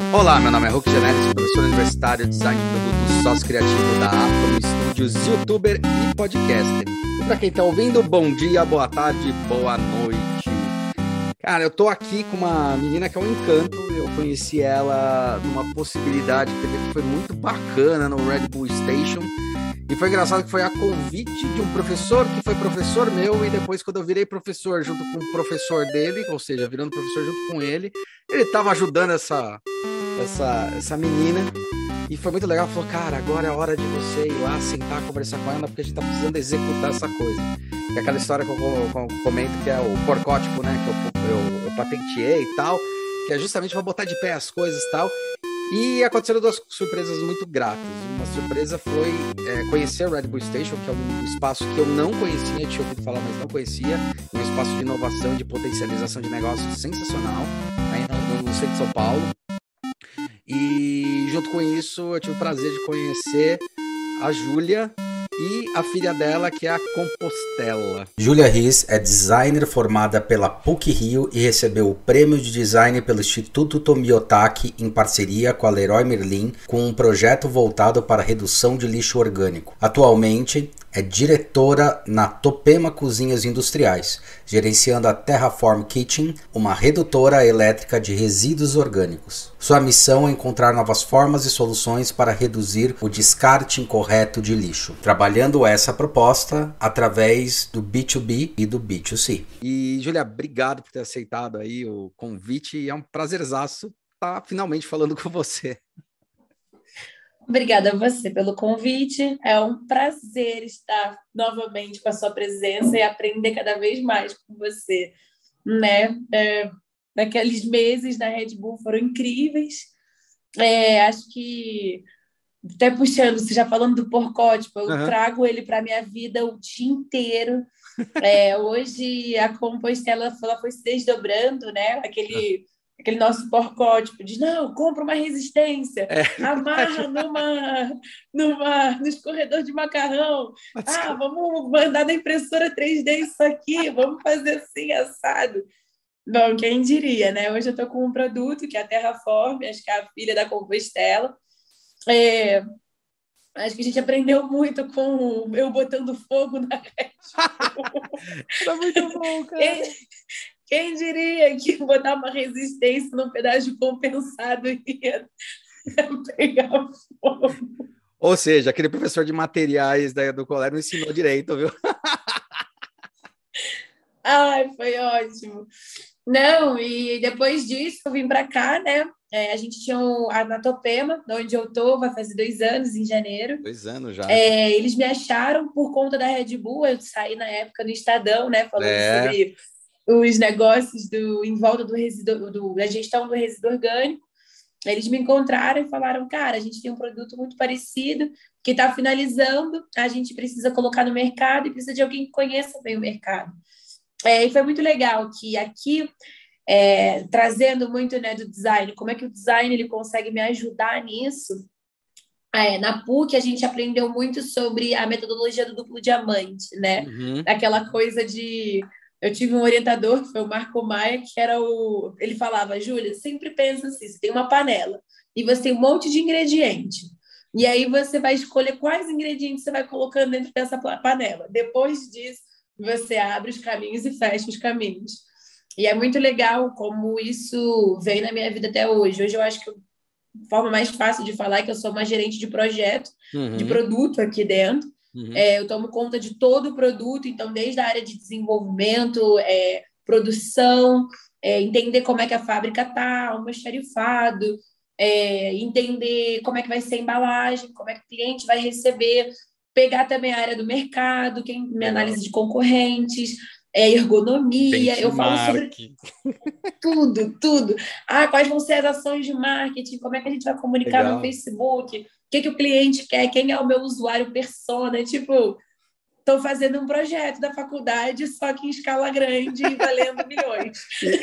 Olá, meu nome é Hulk Genelis, sou professor universitário de design de produtos sócio-criativo da Atom Studios, youtuber e podcaster. E para quem está ouvindo, bom dia, boa tarde, boa noite. Cara, eu tô aqui com uma menina que é um encanto, eu conheci ela numa possibilidade que foi muito bacana no Red Bull Station. E foi engraçado que foi a convite de um professor que foi professor meu, e depois quando eu virei professor junto com o professor dele, ou seja, virando professor junto com ele estava ajudando essa menina, e foi muito legal. Falou, cara, agora é hora de você ir lá, sentar, conversar com ela, porque a gente tá precisando executar essa coisa. Que é aquela história que eu comento, que é o porcótipo, né, que eu patenteei e tal, que é justamente para botar de pé as coisas e tal. E aconteceram duas surpresas muito gratas. Uma surpresa foi conhecer o Red Bull Station, que é um espaço que eu não conhecia, tinha ouvido falar, mas não conhecia. Um espaço de inovação e de potencialização de negócios sensacional, aí no centro de São Paulo. E junto com isso, eu tive o prazer de conhecer a Júlia e a filha dela, que é a Compostela. Júlia Riz é designer formada pela PUC-Rio e recebeu o prêmio de design pelo Instituto Tomiotaki em parceria com a Leroy Merlin, com um projeto voltado para a redução de lixo orgânico. Atualmente é diretora na Topema Cozinhas Industriais, gerenciando a Terraform Kitchen, uma redutora elétrica de resíduos orgânicos. Sua missão é encontrar novas formas e soluções para reduzir o descarte incorreto de lixo, trabalhando essa proposta através do B2B e do B2C. E, Júlia, obrigado por ter aceitado aí o convite, e é um prazerzaço estar finalmente falando com você. Obrigada a você pelo convite. É um prazer estar novamente com a sua presença e aprender cada vez mais com você, né? Naqueles meses na Red Bull foram incríveis. Acho que, até puxando, você já falando do porcótipo, eu trago ele para a minha vida o dia inteiro. Hoje a Compostela ela foi se desdobrando, né? Aquele nosso porcótipo diz, não, compra uma resistência, amarra no escorredor de macarrão, vamos mandar na impressora 3D isso aqui, vamos fazer assim, assado. Bom, quem diria, né? Hoje eu estou com um produto que é a Terraform, acho que é a filha da Compostela. Acho que a gente aprendeu muito com eu botando fogo na Red Bull. Era muito bom, cara. Quem diria que botar uma resistência num pedaço de compensado ia pegar fogo? Ou seja, aquele professor de materiais do colégio não ensinou direito, viu? Ai, foi ótimo. Não, e depois disso eu vim para cá, né? A gente tinha a Topema, onde eu tô, vai fazer 2 anos em janeiro. 2 anos já. Eles me acharam por conta da Red Bull, eu saí na época no Estadão, né? Falando sobre os negócios em volta do resíduo, da gestão do resíduo orgânico. Eles me encontraram e falaram, cara, a gente tem um produto muito parecido, que está finalizando, a gente precisa colocar no mercado e precisa de alguém que conheça bem o mercado. E foi muito legal que aqui, trazendo muito, né, do design, como é que o design ele consegue me ajudar nisso. Na PUC, a gente aprendeu muito sobre a metodologia do duplo diamante, né? Aquela coisa de... Eu tive um orientador, que foi o Marco Maia, que era ele falava, Júlia, sempre pensa assim, você tem uma panela e você tem um monte de ingrediente. E aí você vai escolher quais ingredientes você vai colocando dentro dessa panela. Depois disso, você abre os caminhos e fecha os caminhos. E é muito legal como isso vem na minha vida até hoje. Hoje eu acho que a forma mais fácil de falar é que eu sou uma gerente de projeto, de produto aqui dentro. Eu tomo conta de todo o produto, então desde a área de desenvolvimento, produção, entender como é que a fábrica está, almoxarifado, entender como é que vai ser a embalagem, como é que o cliente vai receber, pegar também a área do mercado, minha análise de concorrentes, ergonomia, eu falo sobre tudo. Quais vão ser as ações de marketing, como é que a gente vai comunicar no Facebook, o que o cliente quer, quem é o meu usuário persona, tipo, estou fazendo um projeto da faculdade, só que em escala grande e valendo milhões.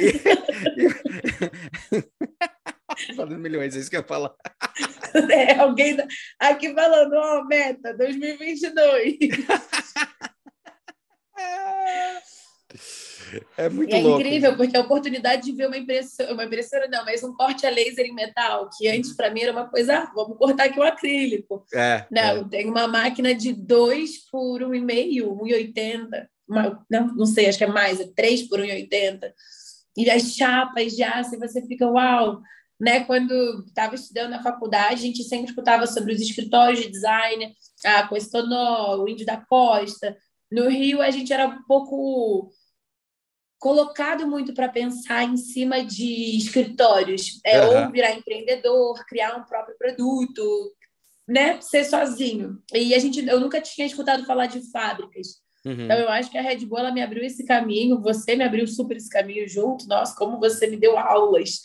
Valendo milhões, é isso que eu ia falar. Alguém aqui falando, meta, 2022. É muito E é louco. incrível, porque a oportunidade de ver uma impressora não, mas um corte a laser em metal, que antes para mim era uma coisa, vamos cortar aqui o acrílico. Não, tem uma máquina de 2 por 1,5, 1,80. Não sei, acho que é mais, é 3 por 1,80. E as chapas de aço, e você fica, uau! Né? Quando estava estudando na faculdade, a gente sempre escutava sobre os escritórios de design, a Questonó, o Índio da Costa. No Rio, a gente era um pouco colocado muito para pensar em cima de escritórios, ou virar empreendedor, criar um próprio produto, né? Ser sozinho. E eu nunca tinha escutado falar de fábricas. Então, eu acho que a Red Bull ela me abriu esse caminho, você me abriu super esse caminho junto. Nossa, como você me deu aulas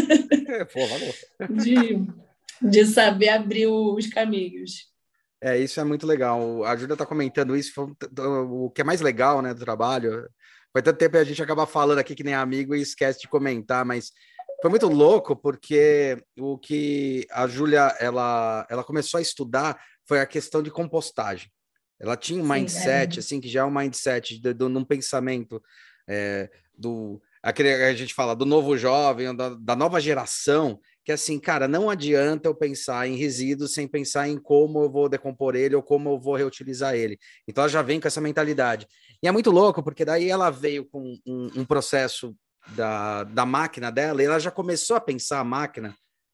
de saber abrir os caminhos. Isso é muito legal. A Júlia está comentando isso, o que é mais legal, né, do trabalho. Foi tanto tempo que a gente acaba falando aqui que nem amigo e esquece de comentar, mas foi muito louco porque o que a Júlia ela começou a estudar foi a questão de compostagem. Ela tinha um mindset, assim, que já é um mindset num pensamento aquele a gente fala do novo jovem, da nova geração, que assim, cara, não adianta eu pensar em resíduos sem pensar em como eu vou decompor ele ou como eu vou reutilizar ele. Então ela já vem com essa mentalidade. E é muito louco, porque daí ela veio com um processo da máquina dela, e ela já começou a pensar a máquina,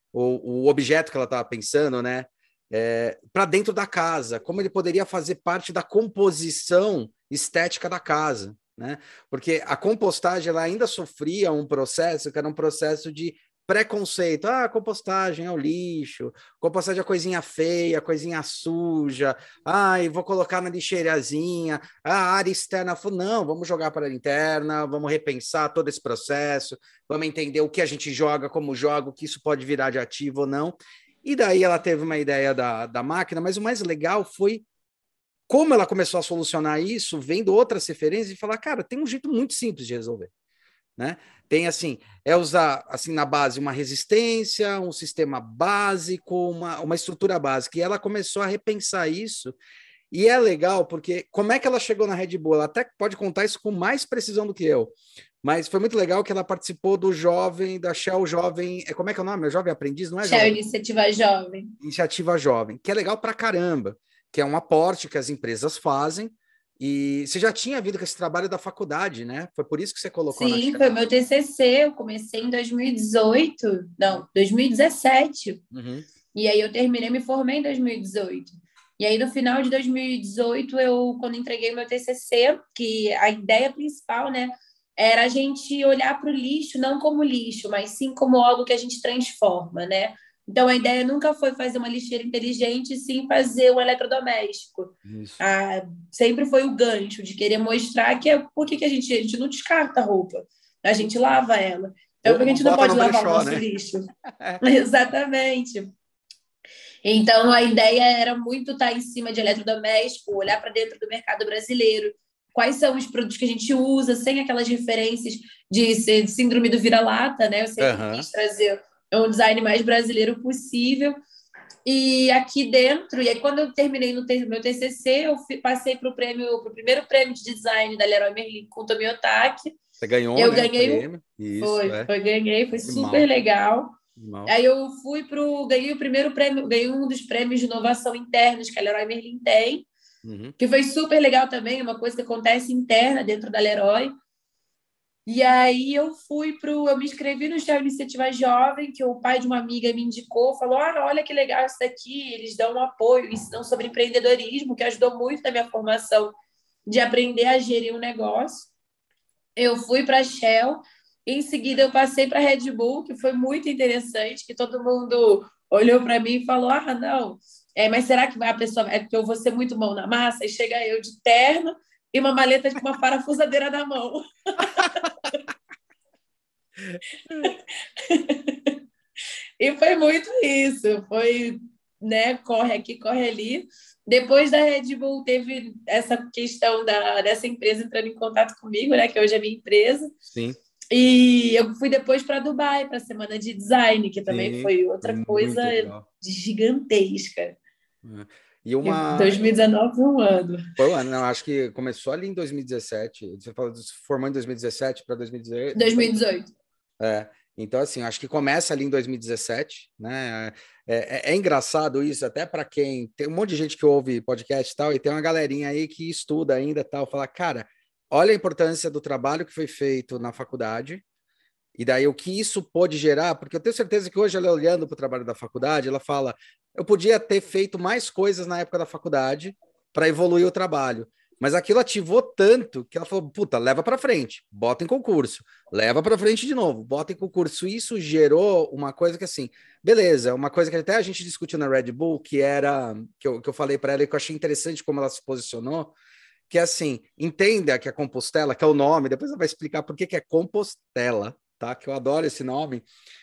o objeto que ela estava pensando, né? Para dentro da casa, como ele poderia fazer parte da composição estética da casa, né? Porque a compostagem ela ainda sofria um processo que era um processo de preconceito. Compostagem é o lixo, compostagem é coisinha feia, coisinha suja, e vou colocar na lixeirazinha, a área externa, não, vamos jogar para a área interna, vamos repensar todo esse processo, vamos entender o que a gente joga, como joga, o que isso pode virar de ativo ou não. E daí ela teve uma ideia da máquina, mas o mais legal foi como ela começou a solucionar isso, vendo outras referências e falar, cara, tem um jeito muito simples de resolver, né? Tem assim, usar assim na base uma resistência, um sistema básico, uma estrutura básica. E ela começou a repensar isso. E é legal porque como é que ela chegou na Red Bull? Ela até pode contar isso com mais precisão do que eu. Mas foi muito legal que ela participou da Shell Jovem. Como é que é o nome? É Jovem Aprendiz, não é? Shell Iniciativa Jovem. Iniciativa Jovem, que é legal pra caramba, que é um aporte que as empresas fazem. E você já tinha vindo com esse trabalho da faculdade, né? Foi por isso que você colocou na Shell. Sim, foi meu TCC. Eu comecei em 2018, não, 2017. E aí eu terminei, me formei em 2018. E aí, no final de 2018, quando entreguei o meu TCC, que a ideia principal, né, era a gente olhar para o lixo não como lixo, mas sim como algo que a gente transforma, né? Então, a ideia nunca foi fazer uma lixeira inteligente, sim fazer um eletrodoméstico. Sempre foi o gancho de querer mostrar por que a gente não descarta a roupa, a gente lava ela. Então, porque a gente não pode lavar o nosso lixo. Exatamente. Então, a ideia era muito estar em cima de eletrodoméstico, olhar para dentro do mercado brasileiro, quais são os produtos que a gente usa, sem aquelas referências de síndrome do vira-lata, né? Eu sempre quis trazer um design mais brasileiro possível. E aqui dentro, e aí quando eu terminei meu TCC, eu passei para o primeiro prêmio de design da Leroy Merlin com o Tomiotaki. Você ganhou, eu né? Ganhei prêmio. Isso, ganhei, foi super legal. Aí eu ganhei o primeiro prêmio, ganhei um dos prêmios de inovação internos que a Leroy Merlin tem, que foi super legal também, uma coisa que acontece interna dentro da Leroy. E aí eu me inscrevi no Shell Iniciativa Jovem, que o pai de uma amiga me indicou, falou, olha que legal isso daqui, eles dão um apoio, ensinam sobre empreendedorismo, que ajudou muito na minha formação de aprender a gerir um negócio. Eu fui para a Shell, em seguida eu passei para a Red Bull, que foi muito interessante, que todo mundo olhou para mim e falou, não, mas será que a pessoa... É porque eu vou ser muito mão na massa? E chega eu de terno e uma maleta com uma parafusadeira na mão. E foi muito isso, foi, né, corre aqui, corre ali. Depois da Red Bull, teve essa questão dessa empresa entrando em contato comigo, né, que hoje é minha empresa. Sim. E eu fui depois para Dubai, para a Semana de Design, que também foi outra coisa gigantesca. E uma... 2019 foi um ano. Foi um ano, não, acho que começou ali em 2017. Você falou, formou em 2017 para 2018? 2018. Então, assim, acho que começa ali em 2017, né? É engraçado isso, até para quem... Tem um monte de gente que ouve podcast e tal, e tem uma galerinha aí que estuda ainda e tal, fala, cara, olha a importância do trabalho que foi feito na faculdade, e daí o que isso pode gerar, porque eu tenho certeza que hoje ela olhando para o trabalho da faculdade, ela fala, eu podia ter feito mais coisas na época da faculdade para evoluir o trabalho, mas aquilo ativou tanto que ela falou, puta, leva para frente, bota em concurso, leva para frente de novo, bota em concurso. Isso gerou uma coisa que assim, beleza, uma coisa que até a gente discutiu na Red Bull, que era, que eu falei para ela e que eu achei interessante como ela se posicionou, que é assim, entenda que a Compostela, que é o nome, depois ela vai explicar por que é Compostela, tá? Que eu adoro esse nome.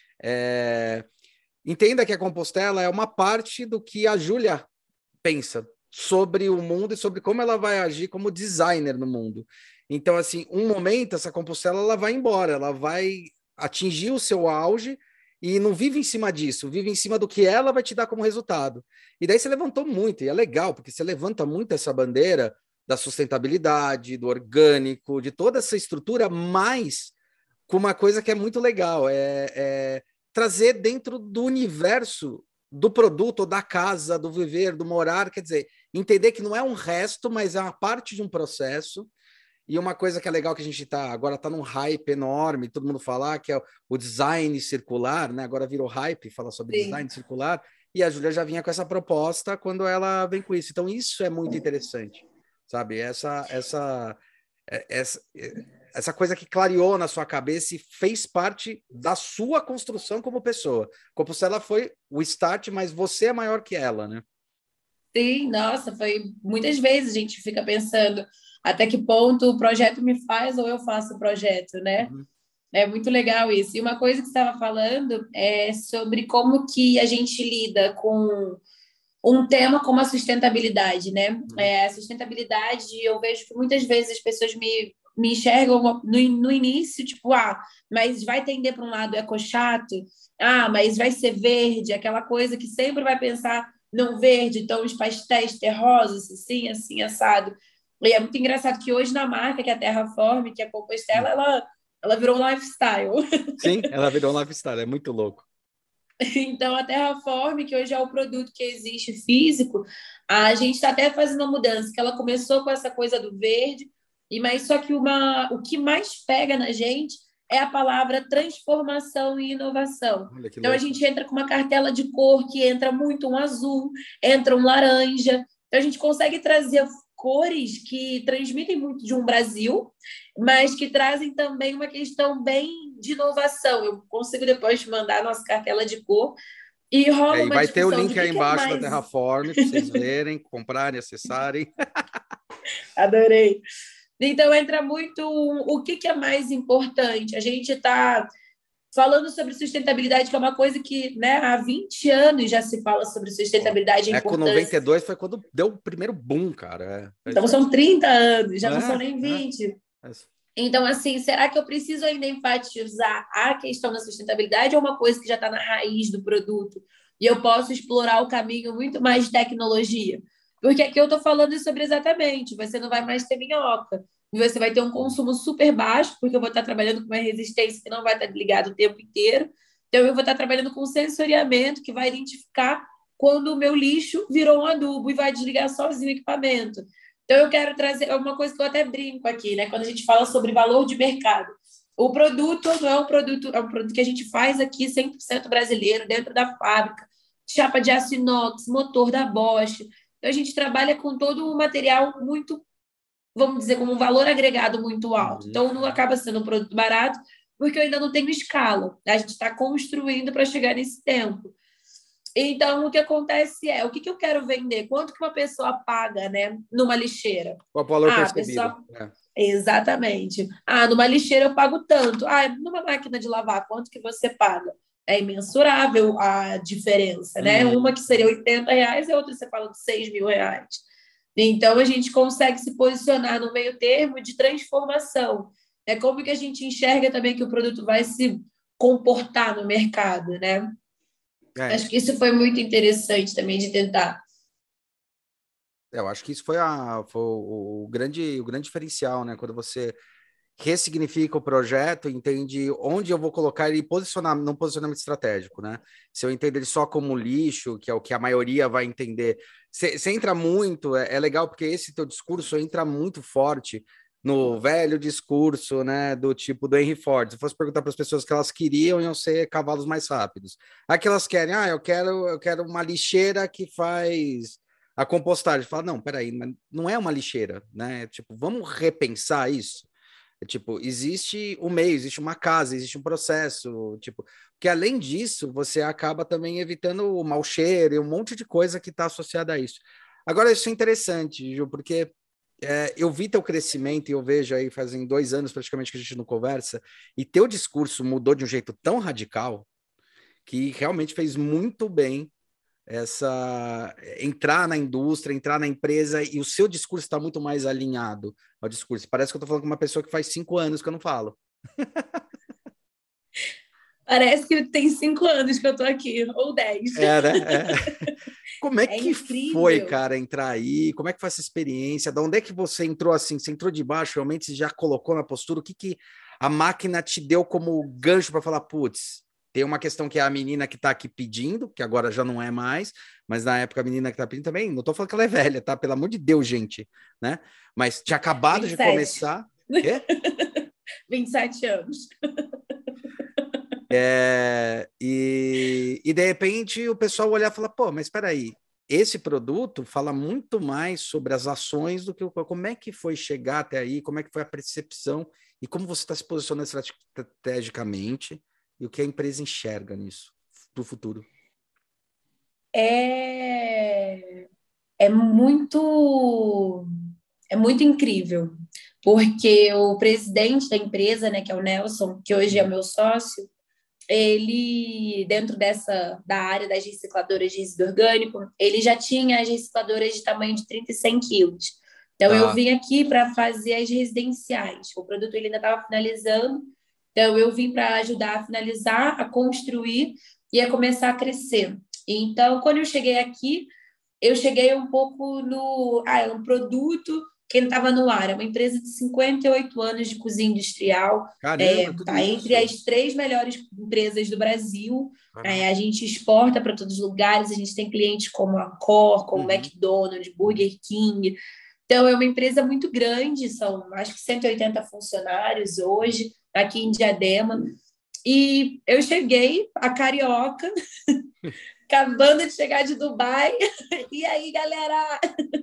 Entenda que a Compostela é uma parte do que a Júlia pensa sobre o mundo e sobre como ela vai agir como designer no mundo. Então, assim, um momento, essa Compostela ela vai embora, ela vai atingir o seu auge e não vive em cima disso, vive em cima do que ela vai te dar como resultado. E daí você levantou muito, e é legal, porque você levanta muito essa bandeira da sustentabilidade, do orgânico, de toda essa estrutura, mas com uma coisa que é muito legal, trazer dentro do universo do produto, da casa, do viver, do morar, quer dizer, entender que não é um resto, mas é uma parte de um processo. E uma coisa que é legal que a gente agora está num hype enorme, todo mundo falar que é o design circular, né? Agora virou hype falar sobre design circular, e a Júlia já vinha com essa proposta quando ela vem com isso. Então isso é muito interessante, sabe? Essa coisa que clareou na sua cabeça e fez parte da sua construção como pessoa. Como se ela foi o start, mas você é maior que ela, né? Sim, nossa, foi muitas vezes a gente fica pensando até que ponto o projeto me faz ou eu faço o projeto, né? Uhum. É muito legal isso. E uma coisa que você estava falando é sobre como que a gente lida com um tema como a sustentabilidade, né? A sustentabilidade, eu vejo que muitas vezes as pessoas me enxergam no início, tipo, mas vai tender para um lado ecochato, mas vai ser verde, aquela coisa que sempre vai pensar não verde, então os pastéis terrosos, assim, assim, assado. E é muito engraçado que hoje na marca, que é a Terraform, que é a Compostela, ela virou um lifestyle. Sim, ela virou um lifestyle, é muito louco. Então, a Terraform, que hoje é o produto que existe físico, a gente está até fazendo uma mudança, que ela começou com essa coisa do verde, mas só que o que mais pega na gente é a palavra transformação e inovação. Então, a gente entra com uma cartela de cor que entra muito um azul, entra um laranja. Então, a gente consegue trazer cores que transmitem muito de um Brasil, mas que trazem também uma questão bem de inovação. Eu consigo depois te mandar a nossa cartela de cor e rola uma vai ter o discussão link de aí embaixo mais... da Terraform para vocês verem, comprarem, acessarem. Adorei. Então, entra muito o que é mais importante. A gente está falando sobre sustentabilidade, que é uma coisa que, né, há 20 anos já se fala sobre sustentabilidade. Com 92 foi quando deu o primeiro boom, cara. Então, são 30 anos, já não são nem 20. É. Então, assim, será que eu preciso ainda enfatizar a questão da sustentabilidade ou uma coisa que já está na raiz do produto? E eu posso explorar o caminho muito mais de tecnologia? Porque aqui eu estou falando sobre exatamente, você não vai mais ter minhoca, você vai ter um consumo super baixo, porque eu vou estar trabalhando com uma resistência que não vai estar ligada o tempo inteiro. Então, eu vou estar trabalhando com sensoriamento, que vai identificar quando o meu lixo virou um adubo e vai desligar sozinho o equipamento. Então, eu quero trazer uma coisa que eu até brinco aqui, né? Quando a gente fala sobre valor de mercado. O produto não é um produto, é um produto que a gente faz aqui 100% brasileiro, dentro da fábrica, chapa de aço inox, motor da Bosch. Então, a gente trabalha com todo um material muito, vamos dizer, com um valor agregado muito alto. Então, não acaba sendo um produto barato, porque eu ainda não tenho escala. A gente está construindo para chegar nesse tempo. Então, o que acontece o que eu quero vender? Quanto que uma pessoa paga, né, numa lixeira? Qual o valor percebido? Exatamente. Numa lixeira eu pago tanto. Numa máquina de lavar, quanto que você paga? É imensurável a diferença, né? Uma que seria R$80 e outra você fala de R$6.000. Então, a gente consegue se posicionar no meio termo de transformação. É como que a gente enxerga também que o produto vai se comportar no mercado, né? Acho que isso foi muito interessante também de tentar Eu acho que isso foi o grande diferencial, né? Quando você ressignifica o projeto, entende onde eu vou colocar ele num posicionamento estratégico, né? Se eu entendo ele só como lixo, que é o que a maioria vai entender, você entra muito, é legal porque esse teu discurso entra muito forte no velho discurso, né, do tipo do Henry Ford. Se fosse perguntar para as pessoas que elas queriam, iam ser cavalos mais rápidos. Aqui elas querem, eu quero uma lixeira que faz a compostagem. Fala, não, peraí, mas não é uma lixeira, né? Tipo, vamos repensar isso. Tipo, existe um meio, existe uma casa, existe um processo, tipo, que além disso, você acaba também evitando o mau cheiro e um monte de coisa que está associada a isso. Agora, isso é interessante, Ju, porque eu vi teu crescimento e eu vejo aí, fazem 2 anos praticamente que a gente não conversa, e teu discurso mudou de um jeito tão radical que realmente fez muito bem essa entrar na indústria, entrar na empresa, e o seu discurso está muito mais alinhado ao discurso. Parece que eu estou falando com uma pessoa que faz 5 anos que eu não falo. Parece que tem 5 anos que eu tô aqui, ou 10. É, né? Como é É que foi, incrível. cara, entrar aí? Como é que foi essa experiência? De onde é que você entrou assim? Você entrou de baixo, realmente você já colocou na postura? O que a máquina te deu como gancho para falar, putz, tem uma questão que é a menina que está aqui pedindo, que agora já não é mais, mas na época a menina que está pedindo também, não estou falando que ela é velha, tá? Pelo amor de Deus, gente, né? Mas tinha acabado de 27. começar. Quê? 27 anos. E de repente o pessoal olhar e falar, pô, mas espera aí, esse produto fala muito mais sobre as ações do que como é que foi chegar até aí, como é que foi a percepção e como você está se posicionando estrategicamente e o que a empresa enxerga nisso para o futuro. É, é muito, é muito incrível, porque o presidente da empresa, né, que é o Nelson, que hoje é meu sócio, ele, dentro da área das recicladoras de resíduo orgânico, ele já tinha as recicladoras de tamanho de 30 e 100 quilos. Então, eu Tá. vim aqui para fazer as residenciais. O produto ele ainda estava finalizando, então eu vim para ajudar a finalizar, a construir e a começar a crescer. Então, quando eu cheguei um pouco no... é um produto que estava no ar, é uma empresa de 58 anos de cozinha industrial, Caramba, tudo tá entre isso. as 3 melhores empresas do Brasil. Caramba. A gente exporta para todos os lugares, a gente tem clientes como a Cor, como Uhum. McDonald's, Burger King. Então, é uma empresa muito grande, são acho que 180 funcionários hoje, aqui em Diadema. E eu cheguei, a carioca, acabando de chegar de Dubai. E aí, galera?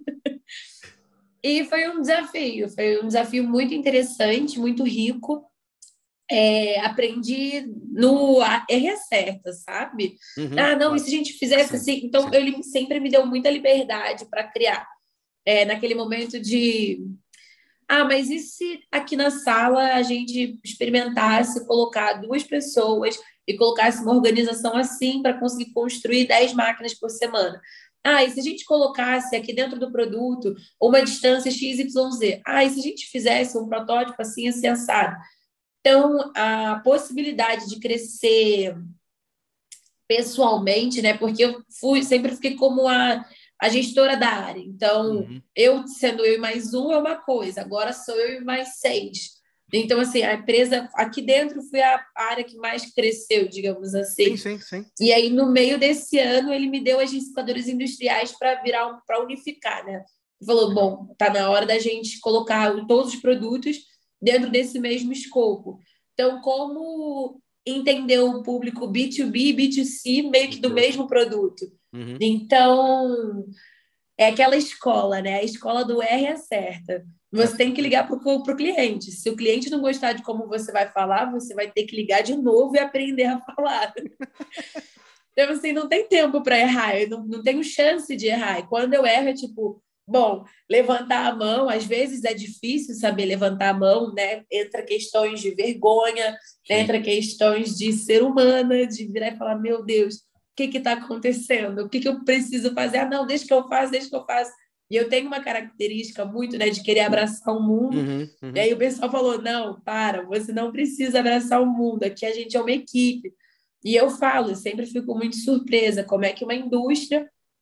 E foi um desafio muito interessante, muito rico. Aprendi no erra certa, sabe? Uhum. Ah, não, e Claro. se a gente fizesse Sim, assim? Então, sim. ele sempre me deu muita liberdade para criar. Naquele momento de, mas e se aqui na sala a gente experimentasse colocar 2 pessoas e colocasse uma organização assim para conseguir construir 10 máquinas por semana? Ah, e se a gente colocasse aqui dentro do produto uma distância XYZ? Ah, e se a gente fizesse um protótipo assim, assim, assado? Então, a possibilidade de crescer pessoalmente, né? Porque sempre fiquei como a gestora da área. Então, Uhum. sendo eu e mais um é uma coisa, agora sou eu e mais 6. Então, assim, a empresa aqui dentro foi a área que mais cresceu, digamos Sim, assim. sim, sim. E aí, no meio desse ano, ele me deu as recicladoras industriais para unificar, né? Ele falou: Legal. bom, tá na hora da gente colocar todos os produtos dentro desse mesmo escopo. Então, como entender o público B2B e B2C meio que do mesmo produto? Uhum. Então, é aquela escola, né? A escola do R é certa. É, Você tem que ligar para o cliente. Se o cliente não gostar de como você vai falar, você vai ter que ligar de novo e aprender a falar. Então, assim, não tem tempo para errar, eu não tenho chance de errar. E quando eu erro, é tipo, bom, levantar a mão, às vezes é difícil saber levantar a mão, né? Entra questões de vergonha, sim. entra questões de ser humana, de virar e falar, meu Deus, o que está acontecendo? O que eu preciso fazer? Ah, não, deixa que eu faço, deixa que eu faço. E eu tenho uma característica muito, né, de querer abraçar o mundo. Uhum, E uhum. aí o pessoal falou, não, para, você não precisa abraçar o mundo, aqui a gente é uma equipe. E eu falo, eu sempre fico muito surpresa como é que uma indústria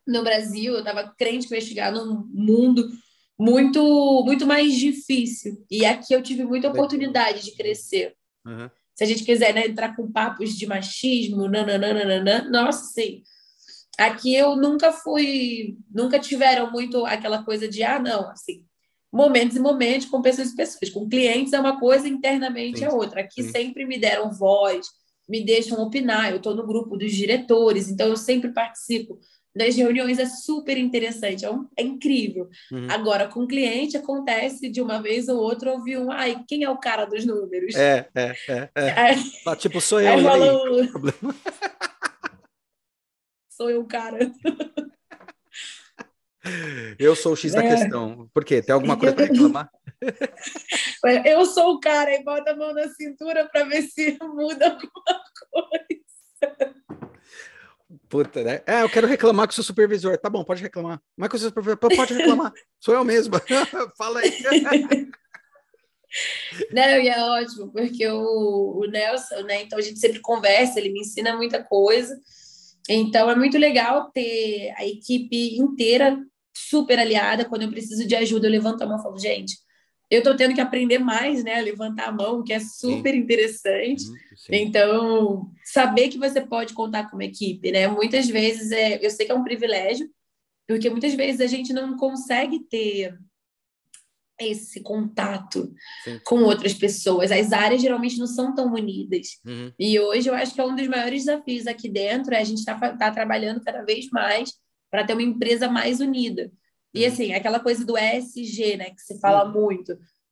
no Brasil, eu estava crente que eu ia chegar num mundo muito mais difícil. E aqui eu tive muita oportunidade de crescer. Uhum. Se a gente quiser, né, entrar com papos de machismo, nananana, nossa, sim. Aqui eu nunca tiveram muito aquela coisa de, não, assim, momentos e momentos com pessoas e pessoas. Com clientes é uma coisa, internamente é outra. Aqui sempre me deram voz, me deixam opinar. Eu estou no grupo dos diretores, então eu sempre participo das reuniões, é super interessante, é incrível. Uhum. Agora, com cliente, acontece de uma vez ou outra ouvir quem é o cara dos números? Tipo, sou eu, aí e aí? Sou eu o cara. Eu sou o X da questão. Por quê? Tem alguma coisa para reclamar? Eu sou o cara e bota a mão na cintura para ver se muda alguma coisa. Puta, né? Eu quero reclamar com o seu supervisor. Tá bom, pode reclamar. Mas com o seu supervisor, pode reclamar. Sou eu mesmo. Fala aí. Não, e é ótimo, porque o Nelson, né? Então a gente sempre conversa, ele me ensina muita coisa. Então é muito legal ter a equipe inteira super aliada. Quando eu preciso de ajuda, eu levanto a mão e falo, gente, eu estou tendo que aprender mais, né? A levantar a mão, que é super interessante. Sim. Então, saber que você pode contar com uma equipe, né? Muitas vezes, eu sei que é um privilégio, porque muitas vezes a gente não consegue ter esse contato com outras pessoas. As áreas geralmente não são tão unidas. E hoje eu acho que é um dos maiores desafios aqui dentro, a gente tá trabalhando cada vez mais para ter uma empresa mais unida. E assim, aquela coisa do ESG, né, que se fala muito,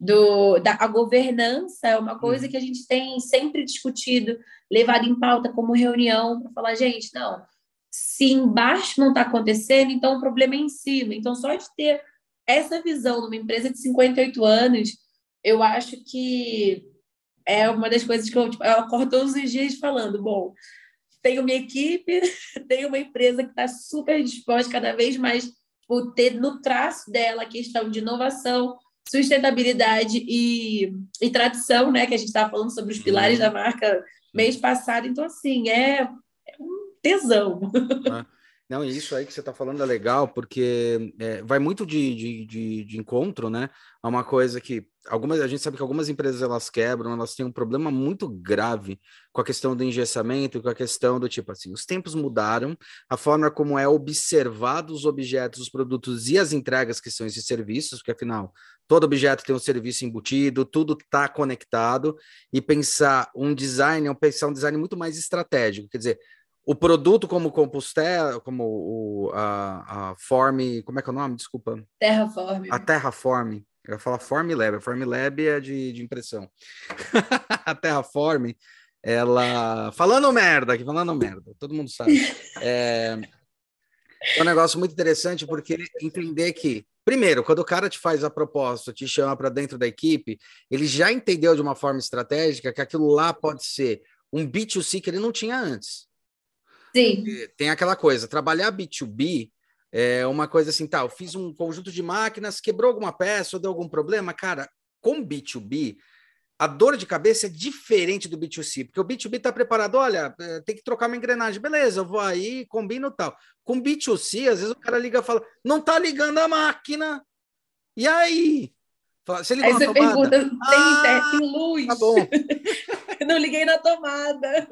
a governança é uma coisa que a gente tem sempre discutido, levado em pauta como reunião, para falar, gente, não, se embaixo não está acontecendo, então o problema é em cima. Então, só de ter essa visão numa empresa de 58 anos, eu acho que é uma das coisas que eu acordo todos os dias falando, bom, tenho minha equipe, tenho uma empresa que está super disposta cada vez mais por ter no traço dela a questão de inovação, sustentabilidade e tradição, né? Que a gente estava falando sobre os pilares da marca mês passado. Então, assim, é um tesão. Não, isso aí que você está falando é legal, porque vai muito de encontro, né? A uma coisa que a gente sabe que algumas empresas elas quebram, elas têm um problema muito grave com a questão do engessamento, com a questão do tipo assim, os tempos mudaram, a forma como é observado os objetos, os produtos e as entregas que são esses serviços, porque afinal, todo objeto tem um serviço embutido, tudo está conectado, e pensar um design muito mais estratégico, quer dizer, o produto como Compostela, como a Form, como é que é o nome? Desculpa. Terraform. A Terraform. Eu ia falar Formlab. A Formlab é de impressão. A Terraform, ela... Falando merda, todo mundo sabe. É um negócio muito interessante porque entender que, primeiro, quando o cara te faz a proposta, te chama para dentro da equipe, ele já entendeu de uma forma estratégica que aquilo lá pode ser um B2C que ele não tinha antes. Sim. Tem aquela coisa, trabalhar B2B é uma coisa assim, eu fiz um conjunto de máquinas, quebrou alguma peça ou deu algum problema, cara, com B2B, a dor de cabeça é diferente do B2C, porque o B2B está preparado, olha, tem que trocar uma engrenagem, beleza, eu vou aí, combino tal. Com B2C, às vezes o cara liga e fala, não tá ligando a máquina, e aí? Você ligou aí você na tomada? Pergunta, tem luz? Tá bom. Não liguei na tomada.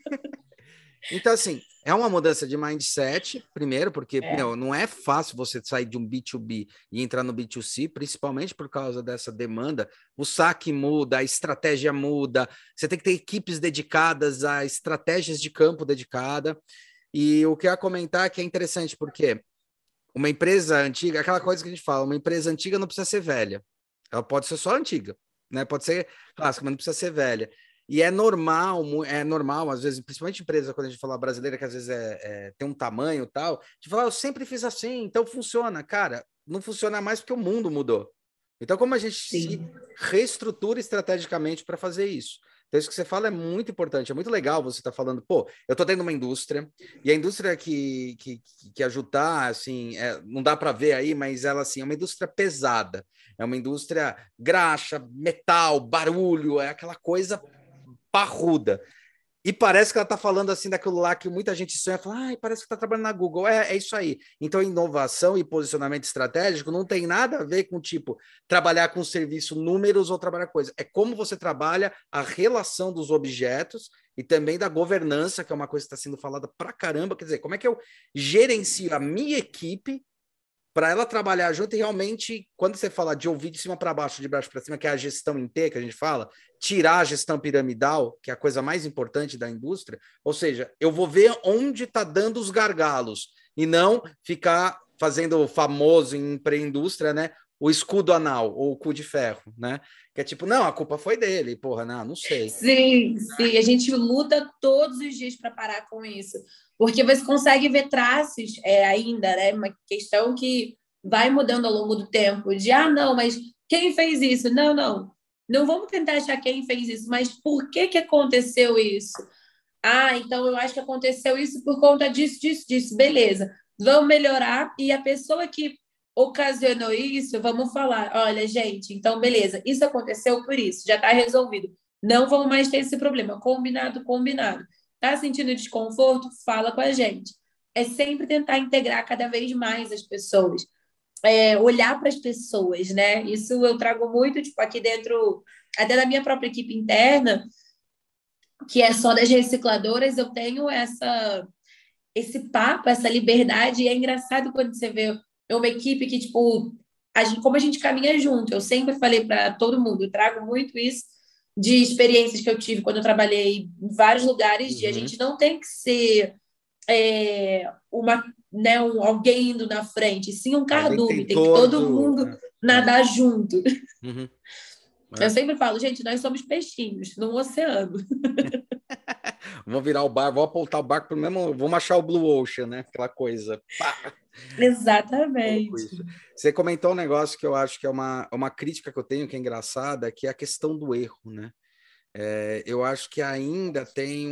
Então, assim, é uma mudança de mindset, primeiro, porque não é fácil você sair de um B2B e entrar no B2C, principalmente por causa dessa demanda. O saque muda, a estratégia muda, você tem que ter equipes dedicadas a estratégias de campo dedicada. E o que eu ia comentar é que é interessante, porque uma empresa antiga, aquela coisa que a gente fala, uma empresa antiga não precisa ser velha. Ela pode ser só antiga, né? Pode ser clássica, mas não precisa ser velha. E é normal, às vezes, principalmente empresa, quando a gente fala brasileira, que às vezes tem um tamanho e tal, de falar, eu sempre fiz assim, então funciona. Cara, não funciona mais porque o mundo mudou. Então, como a gente se reestrutura estrategicamente para fazer isso? Então, isso que você fala é muito importante, é muito legal você estar falando, eu estou dentro de uma indústria, e a indústria que a Jutá, assim, não dá para ver aí, mas ela, assim, é uma indústria pesada, é uma indústria graxa, metal, barulho, é aquela coisa parruda. E parece que ela está falando assim daquilo lá que muita gente sonha, fala, parece que está trabalhando na Google. É isso aí. Então, inovação e posicionamento estratégico não tem nada a ver com, tipo, trabalhar com serviço, números ou trabalhar coisa. É como você trabalha a relação dos objetos e também da governança, que é uma coisa que está sendo falada pra caramba. Quer dizer, como é que eu gerencio a minha equipe para ela trabalhar junto e realmente, quando você fala de ouvir de cima para baixo, de baixo para cima, que é a gestão em T, que a gente fala, tirar a gestão piramidal, que é a coisa mais importante da indústria, ou seja, eu vou ver onde está dando os gargalos e não ficar fazendo o famoso em pré-indústria, né? O escudo anal ou o cu de ferro, né? Que é tipo, não, a culpa foi dele, porra, não sei. Sim, sim, a gente luta todos os dias para parar com isso, porque você consegue ver traços ainda, né? Uma questão que vai mudando ao longo do tempo, de não, mas quem fez isso? Não vamos tentar achar quem fez isso, mas por que aconteceu isso? Então eu acho que aconteceu isso por conta disso, disso, disso, beleza. Vamos melhorar, e a pessoa que ocasionou isso, vamos falar, olha, gente, então beleza, isso aconteceu por isso, já está resolvido. Não vamos mais ter esse problema. Combinado, combinado. Tá sentindo desconforto? Fala com a gente. É sempre tentar integrar cada vez mais as pessoas. Olhar para as pessoas, né? Isso eu trago muito, tipo, aqui dentro, até da minha própria equipe interna, que é só das recicladoras, eu tenho esse papo, essa liberdade, e é engraçado quando você vê uma equipe que, tipo, como a gente caminha junto. Eu sempre falei para todo mundo, eu trago muito isso de experiências que eu tive quando eu trabalhei em vários lugares, de a gente não tem que ser alguém indo na frente, sim um cardume, tem que todo mundo nadar junto. Uhum. Eu sempre falo, gente, nós somos peixinhos no oceano. Vamos virar o barco, vou apontar o barco para o mesmo, vamos achar o Blue Ocean, né? Aquela coisa. Pá! Exatamente. Você comentou um negócio que eu acho que é uma crítica que eu tenho, que é engraçada, que é a questão do erro, né? Eu acho que ainda tem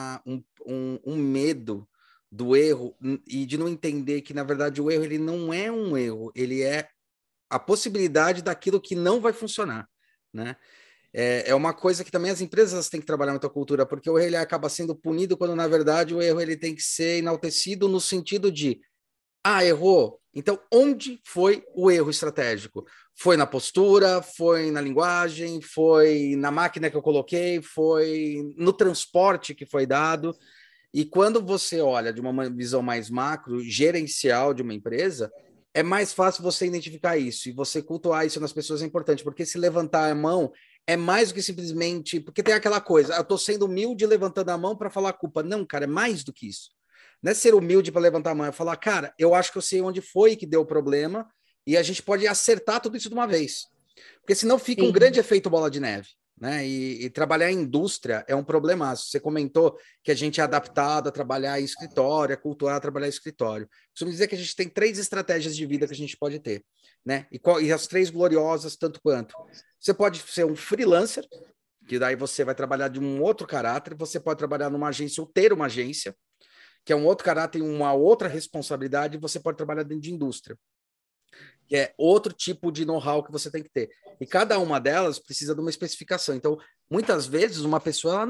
um medo do erro e de não entender que, na verdade, o erro ele não é um erro, ele é a possibilidade daquilo que não vai funcionar, né? É uma coisa que também as empresas têm que trabalhar na tua cultura, porque o erro ele acaba sendo punido quando, na verdade, o erro ele tem que ser enaltecido no sentido de errou. Então, onde foi o erro estratégico? Foi na postura, foi na linguagem, foi na máquina que eu coloquei, foi no transporte que foi dado. E quando você olha de uma visão mais macro, gerencial de uma empresa, é mais fácil você identificar isso. E você cultuar isso nas pessoas é importante, porque se levantar a mão é mais do que simplesmente... Porque tem aquela coisa, eu estou sendo humilde levantando a mão para falar a culpa. Não, cara, é mais do que isso. Não é ser humilde para levantar a mão, é falar, cara, eu acho que eu sei onde foi que deu o problema e a gente pode acertar tudo isso de uma vez. Porque senão fica um grande efeito bola de neve, né? E trabalhar em indústria é um problemaço. Você comentou que a gente é adaptado a trabalhar em escritório, a cultuar a trabalhar em escritório. Costumo dizer que a gente tem 3 estratégias de vida que a gente pode ter, né? E as 3 gloriosas, tanto quanto. Você pode ser um freelancer, que daí você vai trabalhar de um outro caráter, você pode trabalhar numa agência ou ter uma agência, que é um outro caráter, uma outra responsabilidade, você pode trabalhar dentro de indústria, que é outro tipo de know-how que você tem que ter. E cada uma delas precisa de uma especificação. Então, muitas vezes, uma pessoa ela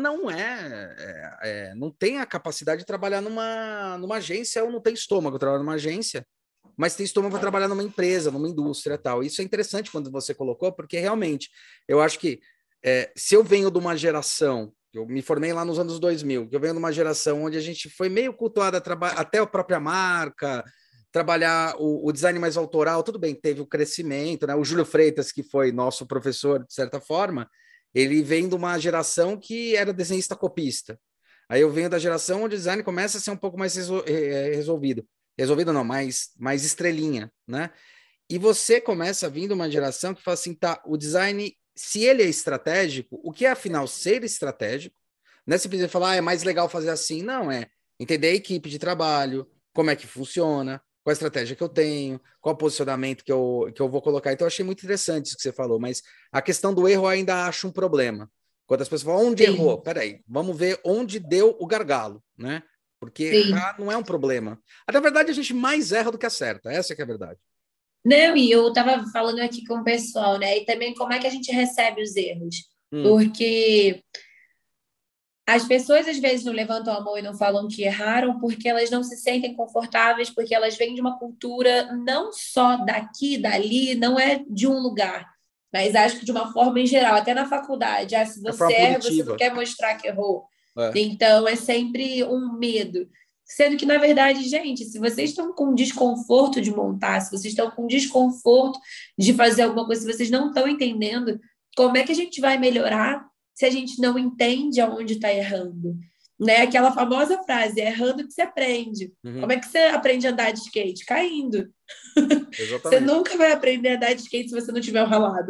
não tem a capacidade de trabalhar numa agência ou não tem estômago para trabalhar numa agência, mas tem estômago para trabalhar numa empresa, numa indústria e tal. Isso é interessante quando você colocou, porque realmente, eu acho que se eu venho de uma geração, eu me formei lá nos anos 2000, que eu venho de uma geração onde a gente foi meio cultuado até a própria marca, trabalhar o design mais autoral, tudo bem, teve o crescimento, né? O Júlio Freitas, que foi nosso professor, de certa forma, ele vem de uma geração que era desenhista copista. Aí eu venho da geração onde o design começa a ser um pouco mais resolvido. Resolvido não, mais estrelinha, né? E você começa a vir de uma geração que fala assim, tá, o design, se ele é estratégico, o que é afinal ser estratégico? Não é simplesmente falar, é mais legal fazer assim. Não, é entender a equipe de trabalho, como é que funciona, qual a estratégia que eu tenho, qual o posicionamento que eu vou colocar. Então, eu achei muito interessante isso que você falou, mas a questão do erro eu ainda acho um problema. Quando as pessoas falam, onde errou? Peraí, vamos ver onde deu o gargalo, né? Porque errar não é um problema. Na verdade, a gente mais erra do que acerta. Essa é que é a verdade. Não, e eu estava falando aqui com o pessoal, né? E também como é que a gente recebe os erros. Porque As pessoas, às vezes, não levantam a mão e não falam que erraram porque elas não se sentem confortáveis, porque elas vêm de uma cultura não só daqui, dali, não é de um lugar, mas acho que de uma forma em geral, até na faculdade. Se É você forma erra, você não punitiva. quer mostrar que errou. É. Então, é sempre um medo. Sendo que, na verdade, gente, se vocês estão com desconforto de montar, se vocês estão com desconforto de fazer alguma coisa, se vocês não estão entendendo, como é que a gente vai melhorar se a gente não entende aonde está errando? Né? Aquela famosa frase, é errando que se aprende. Como é que você aprende a andar de skate? Caindo. Você Exatamente. nunca vai aprender a andar de skate se você não tiver o ralado.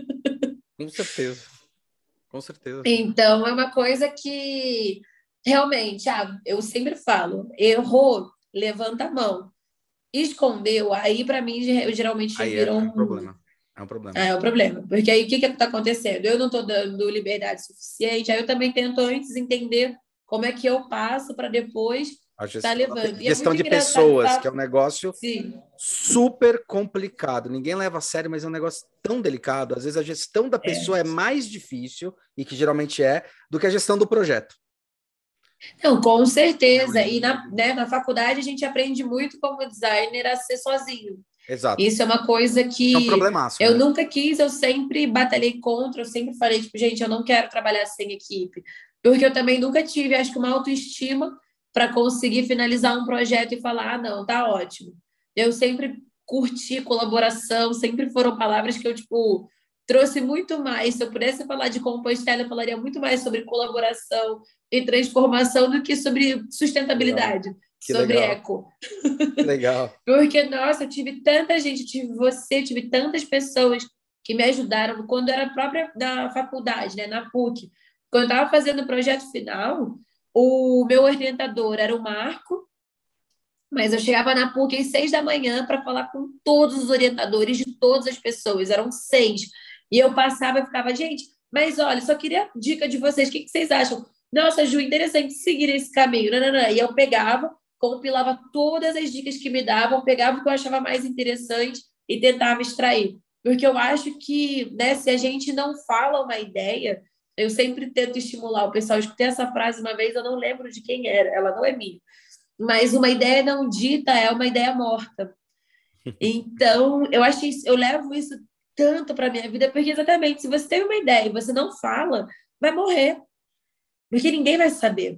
Com certeza. Com certeza. Então, é uma coisa que realmente, eu sempre falo, errou, levanta a mão. Escondeu, aí para mim eu geralmente Aí vira é um um. problema. É um problema. É o problema. Porque aí o que está acontecendo? Eu não estou dando liberdade suficiente, aí eu também tento antes entender como é que eu passo para depois A estar levando. E é gestão muito de engraçado, pessoas, que tá? é um negócio Sim. super complicado. Ninguém leva a sério, mas é um negócio tão delicado. Às vezes a gestão da pessoa é mais difícil, e que geralmente é, do que a gestão do projeto. Não, com certeza. E Livro. na faculdade a gente aprende muito como designer a ser sozinho. Exato. Isso é uma coisa É um que problemaço, eu né? nunca quis, eu sempre batalhei contra, eu sempre falei, tipo, gente, eu não quero trabalhar sem equipe. Porque eu também nunca tive, acho que, uma autoestima para conseguir finalizar um projeto e falar, não, tá ótimo. Eu sempre curti colaboração, sempre foram palavras que eu, tipo, trouxe muito mais. Se eu pudesse falar de Compostela, eu falaria muito mais sobre colaboração e transformação do que sobre Legal. sustentabilidade, Que sobre legal. eco. Que legal. Porque, nossa, eu tive tanta gente, eu tive você, eu tive tantas pessoas que me ajudaram quando era própria da faculdade, né, na PUC. Quando eu estava fazendo o projeto final, o meu orientador era o Marco, mas eu chegava na PUC às 6 da manhã para falar com todos os orientadores de todas as pessoas, eram 6. E eu passava e ficava, gente, mas olha, só queria dica de vocês, o que vocês acham? Nossa, Ju, interessante seguir esse caminho. Não, não, não. E eu pegava, compilava todas as dicas que me davam, pegava o que eu achava mais interessante e tentava extrair. Porque eu acho que, né, se a gente não fala uma ideia, eu sempre tento estimular o pessoal. Eu escutei essa frase uma vez, eu não lembro de quem era, ela não é minha. Mas uma ideia não dita é uma ideia morta. Então, eu levo isso tanto para minha vida, porque exatamente, se você tem uma ideia e você não fala, vai morrer. Porque ninguém vai saber.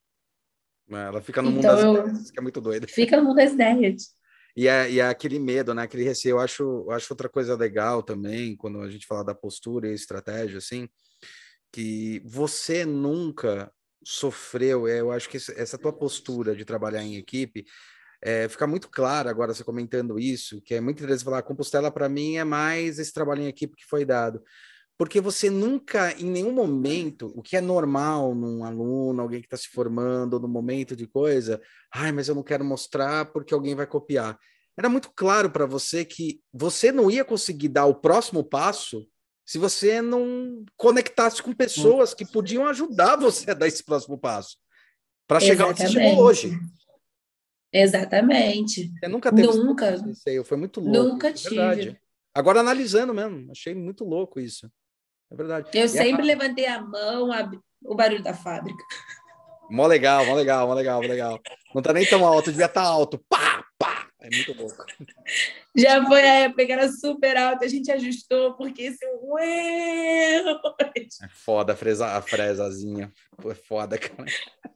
Ela fica no mundo das Então, ideias, que é muito doido. fica no mundo das ideias. E é aquele medo, né? Aquele receio. Eu acho outra coisa legal também, quando a gente fala da postura e estratégia, assim, que você nunca sofreu. Eu acho que essa tua postura de trabalhar em equipe fica muito clara agora, você comentando isso, que é muito interessante falar, Compostela para mim é mais esse trabalho em equipe que foi dado. Porque você nunca, em nenhum momento, o que é normal num aluno, alguém que está se formando, no momento de coisa, mas eu não quero mostrar porque alguém vai copiar. Era muito claro para você que você não ia conseguir dar o próximo passo se você não conectasse com pessoas que podiam ajudar você a dar esse próximo passo para chegar onde você chegou hoje. Exatamente. Você nunca teve Nunca. esse receio, foi muito louco. Nunca Isso, é verdade. tive. Agora, analisando mesmo, achei muito louco isso. É verdade. Eu sempre levantei a mão, o barulho da fábrica. Mó legal, mó legal, mó legal, mó legal. Não tá nem tão alto, devia estar alto. Pá, pá. É muito louco. Já foi a época que era super alto, a gente ajustou, porque esse... É foda a fresazinha. Pô, é foda, cara.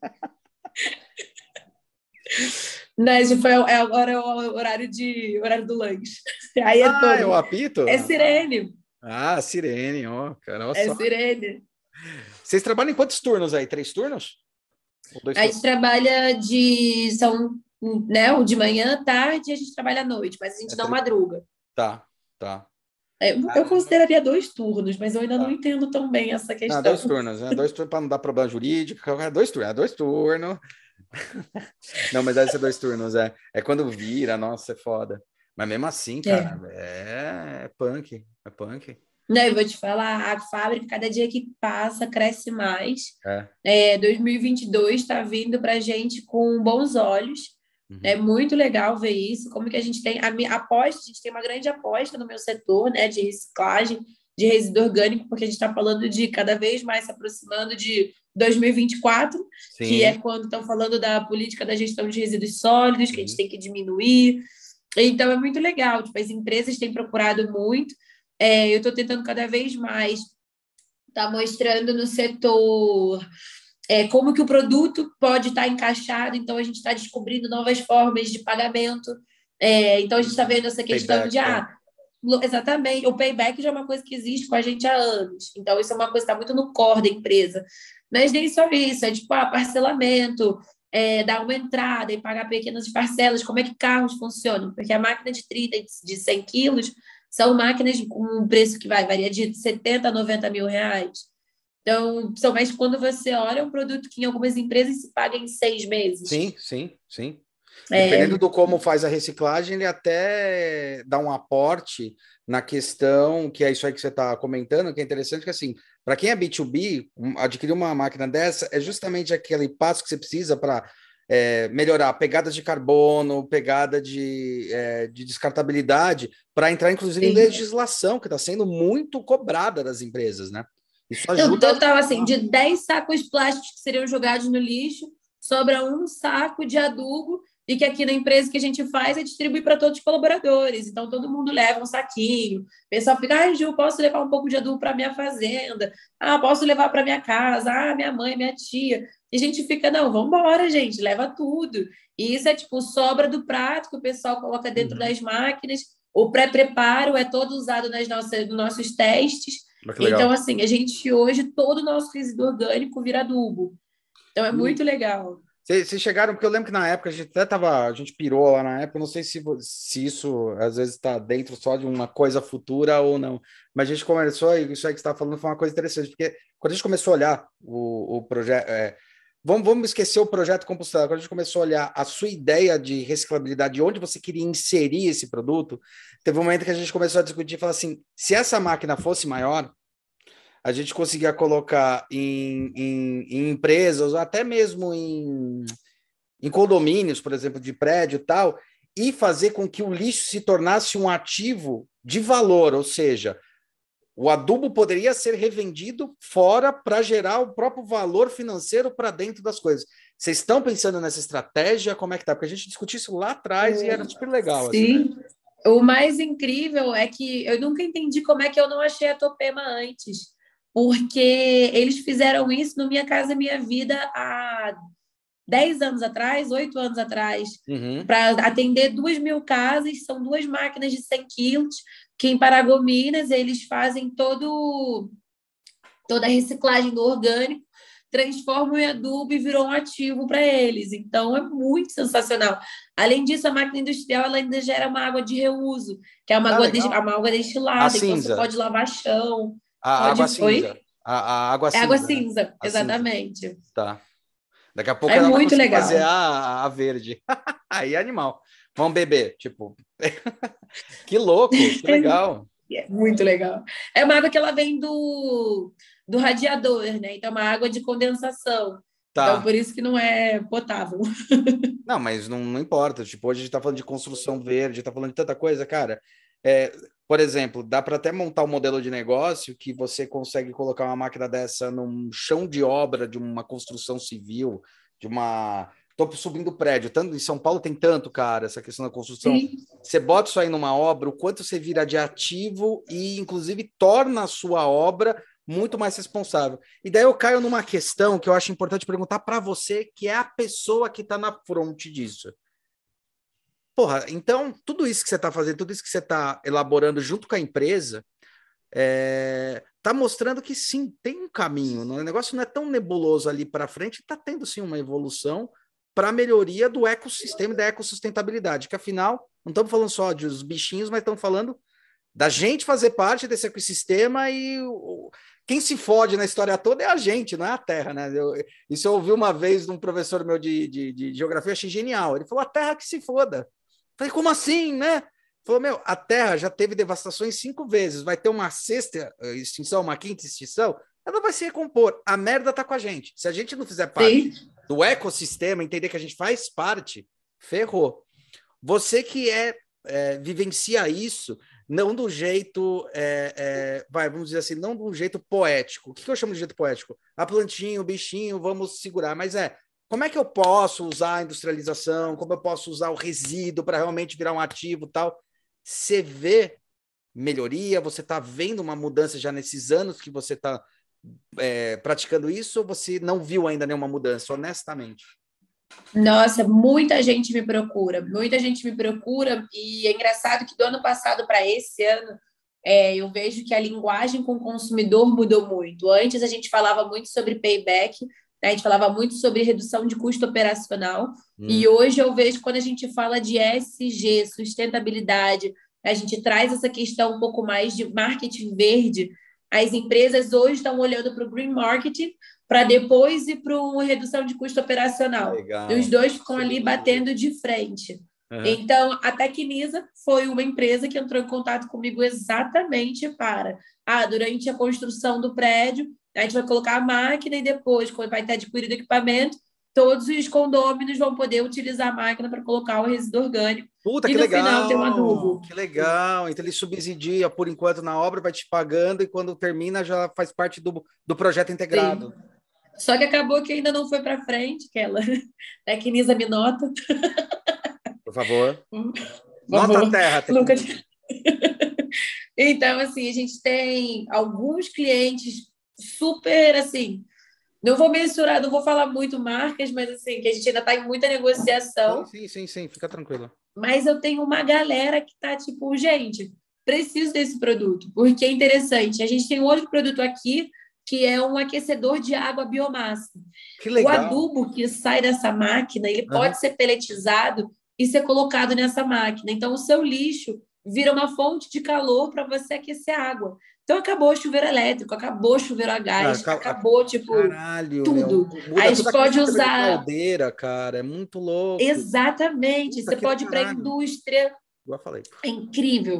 Mas foi agora é o horário do lanche. Aí é todo. É o apito? É sirene. Sirene, ó, cara. Olha É só. sirene. Vocês trabalham em quantos turnos aí? 3 turnos? Ou 2 A turnos? gente trabalha o de manhã, tarde, e a gente trabalha à noite, mas a gente não madruga. Tá. Eu consideraria 2 turnos, mas eu ainda não entendo tão bem essa questão. 2 turnos, né? 2 turnos para não dar problema jurídico. 2 turnos, 2 turnos. Não, mas deve ser 2 turnos, É quando vira, nossa, é foda. Mas mesmo assim, cara, é punk. É punk. Não, eu vou te falar, a fábrica, cada dia que passa, cresce mais. 2022 está vindo para a gente com bons olhos. É muito legal ver isso, como que a gente tem a gente tem uma grande aposta no meu setor, né, de reciclagem, de resíduo orgânico, porque a gente está falando de cada vez mais se aproximando de 2024, Sim. que é quando estão falando da política da gestão de resíduos sólidos, que a gente tem que diminuir. Então, é muito legal. Tipo, as empresas têm procurado muito. Eu estou tentando cada vez mais estar mostrando no setor como que o produto pode estar encaixado. Então, a gente está descobrindo novas formas de pagamento. Então, a gente está vendo essa questão Payback, exatamente. O payback já é uma coisa que existe com a gente há anos. Então, isso é uma coisa que está muito no core da empresa. Mas nem só isso, tipo, parcelamento, dar uma entrada e pagar pequenas parcelas. Como é que carros funcionam? Porque a máquina de 30, de 100 quilos, são máquinas com um preço que varia de 70 a 90 mil reais. Então, mas quando você olha um produto que em algumas empresas se paga em 6 meses. Sim. Dependendo do como faz a reciclagem, ele até dá um aporte na questão, que é isso aí que você está comentando, que é interessante, que assim, para quem é B2B, adquirir uma máquina dessa é justamente aquele passo que você precisa para melhorar pegadas de carbono, pegada de descartabilidade, para entrar, inclusive, em legislação, que está sendo muito cobrada das empresas, né? Isso ajuda... Total, assim, de 10 sacos plásticos que seriam jogados no lixo, sobra um saco de adubo, e que aqui na empresa que a gente faz é distribuir para todos os colaboradores. Então, todo mundo leva um saquinho. O pessoal fica, Gil, posso levar um pouco de adubo para minha fazenda? Posso levar para minha casa? Minha mãe, minha tia. E a gente fica, não, vamos embora, gente, leva tudo. E isso é tipo sobra do prato que o pessoal coloca dentro das máquinas. O pré-preparo é todo usado nos nossos testes. Então, assim, a gente hoje, todo o nosso resíduo orgânico vira adubo. Então, é muito legal. Vocês chegaram, porque eu lembro que na época a gente pirou lá na época, não sei se isso às vezes está dentro só de uma coisa futura ou não, mas a gente começou, e isso aí que você está falando foi uma coisa interessante, porque quando a gente começou a olhar o projeto, vamos esquecer o projeto compostado, quando a gente começou a olhar a sua ideia de reciclabilidade, onde você queria inserir esse produto, teve um momento que a gente começou a discutir e falar assim, se essa máquina fosse maior, a gente conseguia colocar em empresas, ou até mesmo em condomínios, por exemplo, de prédio e tal, e fazer com que o lixo se tornasse um ativo de valor, ou seja, o adubo poderia ser revendido fora para gerar o próprio valor financeiro para dentro das coisas. Vocês estão pensando nessa estratégia? Como é que tá? Porque a gente discutiu isso lá atrás e era super legal. Sim. Assim. O mais incrível é que eu nunca entendi como é que eu não achei a Topema antes. Porque eles fizeram isso no Minha Casa Minha Vida há 10 anos atrás, 8 anos atrás, para atender 2.000 casas, são 2 máquinas de 100 quilos, que em Paragominas eles fazem toda a reciclagem do orgânico, transformam em adubo e virou um ativo para eles. Então, é muito sensacional. Além disso, a máquina industrial ela ainda gera uma água de reuso, que é uma água destilada, então você pode lavar chão. A água cinza. A água cinza. É água cinza, exatamente. Cinza. Tá. Daqui a pouco é ela muito vai legal. fazer a verde. Aí é animal. Vamos beber, tipo. Que louco, que legal. É muito legal. É uma água que ela vem do radiador, né? Então, é uma água de condensação. Tá. Então, por isso que não é potável. Não, mas não importa. Tipo, hoje a gente tá falando de construção verde, tá falando de tanta coisa, cara. Por exemplo, dá para até montar um modelo de negócio que você consegue colocar uma máquina dessa num chão de obra de uma construção civil, Tô subindo prédio, tanto em São Paulo tem tanto, cara, essa questão da construção. Sim. Você bota isso aí numa obra, o quanto você vira de ativo e, inclusive, torna a sua obra muito mais responsável. E daí eu caio numa questão que eu acho importante perguntar para você, que é a pessoa que está na fronte disso. Porra, então, tudo isso que você está fazendo, tudo isso que você está elaborando junto com a empresa, está mostrando que sim, tem um caminho. O negócio não é tão nebuloso ali para frente, está tendo sim uma evolução para a melhoria do ecossistema e da ecossustentabilidade, que afinal, não estamos falando só dos bichinhos, mas estamos falando da gente fazer parte desse ecossistema e quem se fode na história toda é a gente, não é a Terra, né? Isso eu ouvi uma vez de um professor meu de geografia, achei genial. Ele falou, a Terra que se foda. Falei, como assim, né? Falou, a Terra já teve devastações 5 vezes, vai ter uma 6ª extinção, uma 5ª extinção, ela vai se recompor. A merda tá com a gente. Se a gente não fizer parte do ecossistema, entender que a gente faz parte, ferrou. Você que vivencia isso, não do jeito, vamos dizer assim, não do jeito poético. O que eu chamo de jeito poético? A plantinha, o bichinho, vamos segurar. Mas como é que eu posso usar a industrialização? Como eu posso usar o resíduo para realmente virar um ativo e tal? Você vê melhoria? Você está vendo uma mudança já nesses anos que você está praticando isso? Ou você não viu ainda nenhuma mudança, honestamente? Nossa, muita gente me procura, e é engraçado que do ano passado para esse ano, eu vejo que a linguagem com o consumidor mudou muito. Antes a gente falava muito sobre payback, né? A gente falava muito sobre redução de custo operacional, e hoje eu vejo que quando a gente fala de ESG, sustentabilidade, a gente traz essa questão um pouco mais de marketing verde. As empresas hoje estão olhando para o green marketing para depois ir para uma redução de custo operacional. Legal. E os dois ficam ali batendo de frente. Uhum. Então, a Tecnisa foi uma empresa que entrou em contato comigo exatamente para... durante a construção do prédio, a gente vai colocar a máquina e depois, quando vai ter adquirido equipamento, todos os condôminos vão poder utilizar a máquina para colocar o resíduo orgânico. Puta, e que no legal! Final tem um adubo. Que legal! Então ele subsidia por enquanto na obra, vai te pagando e quando termina já faz parte do projeto integrado. Sim. Só que acabou que ainda não foi para frente, que ela... Tecnisa me nota. Por favor. Nota a terra. Nunca... Então, assim, a gente tem alguns clientes super, assim... Não vou mensurar, não vou falar muito marcas, mas assim, que a gente ainda está em muita negociação. Sim, fica tranquilo. Mas eu tenho uma galera que está tipo, gente, preciso desse produto, porque é interessante. A gente tem um outro produto aqui, que é um aquecedor de água biomassa. Que legal. O adubo que sai dessa máquina, ele pode ser peletizado e ser colocado nessa máquina. Então, o seu lixo vira uma fonte de calor para você aquecer a água. Então, acabou o chuveiro elétrico, acabou o chuveiro a gás, acabou, tipo, caralho, tudo. Aí a gente pode usar... caldeira, cara, é muito louco. Exatamente, você pode ir para a indústria. Eu falei. É incrível.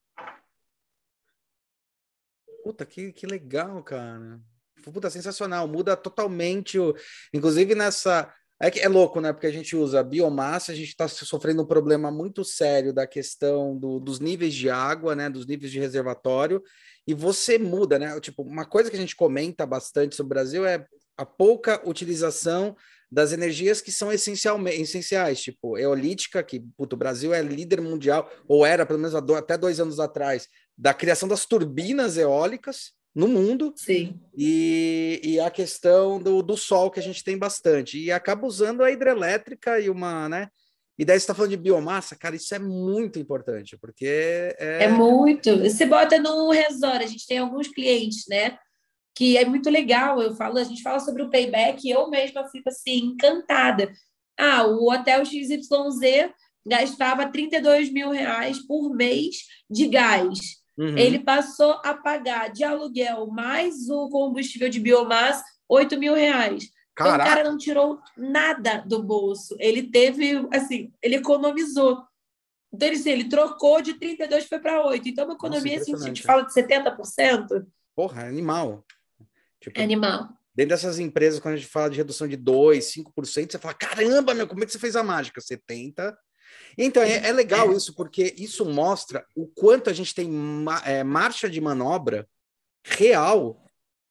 Puta, que legal, cara. Puta, sensacional. Muda totalmente. Inclusive nessa... É louco, né? Porque a gente usa biomassa, a gente está sofrendo um problema muito sério da questão dos níveis de água, né? Dos níveis de reservatório. E você muda, né? Tipo, uma coisa que a gente comenta bastante sobre o Brasil é a pouca utilização das energias que são essenciais, tipo eolítica, que o Brasil é líder mundial, ou era, pelo menos até 2 anos atrás, da criação das turbinas eólicas no mundo. Sim. E a questão do sol, que a gente tem bastante. E acaba usando a hidrelétrica e né? E daí você está falando de biomassa, cara, isso é muito importante, porque é muito. Você bota num resort, a gente tem alguns clientes, né? Que é muito legal, a gente fala sobre o payback e eu mesma fico assim, encantada. O Hotel XYZ gastava R$32 mil por mês de gás. Ele passou a pagar de aluguel mais o combustível de biomassa R$8 mil. Então, o cara não tirou nada do bolso. Ele teve, assim, ele economizou. Então, ele trocou de 32 foi para 8. Então, uma economia, assim, a gente fala de 70%. Porra, é animal. Tipo, é animal. Dentro dessas empresas, quando a gente fala de redução de 2%, 5%, você fala, caramba, como é que você fez a mágica? 70%. Então, é legal isso, porque isso mostra o quanto a gente tem marcha de manobra real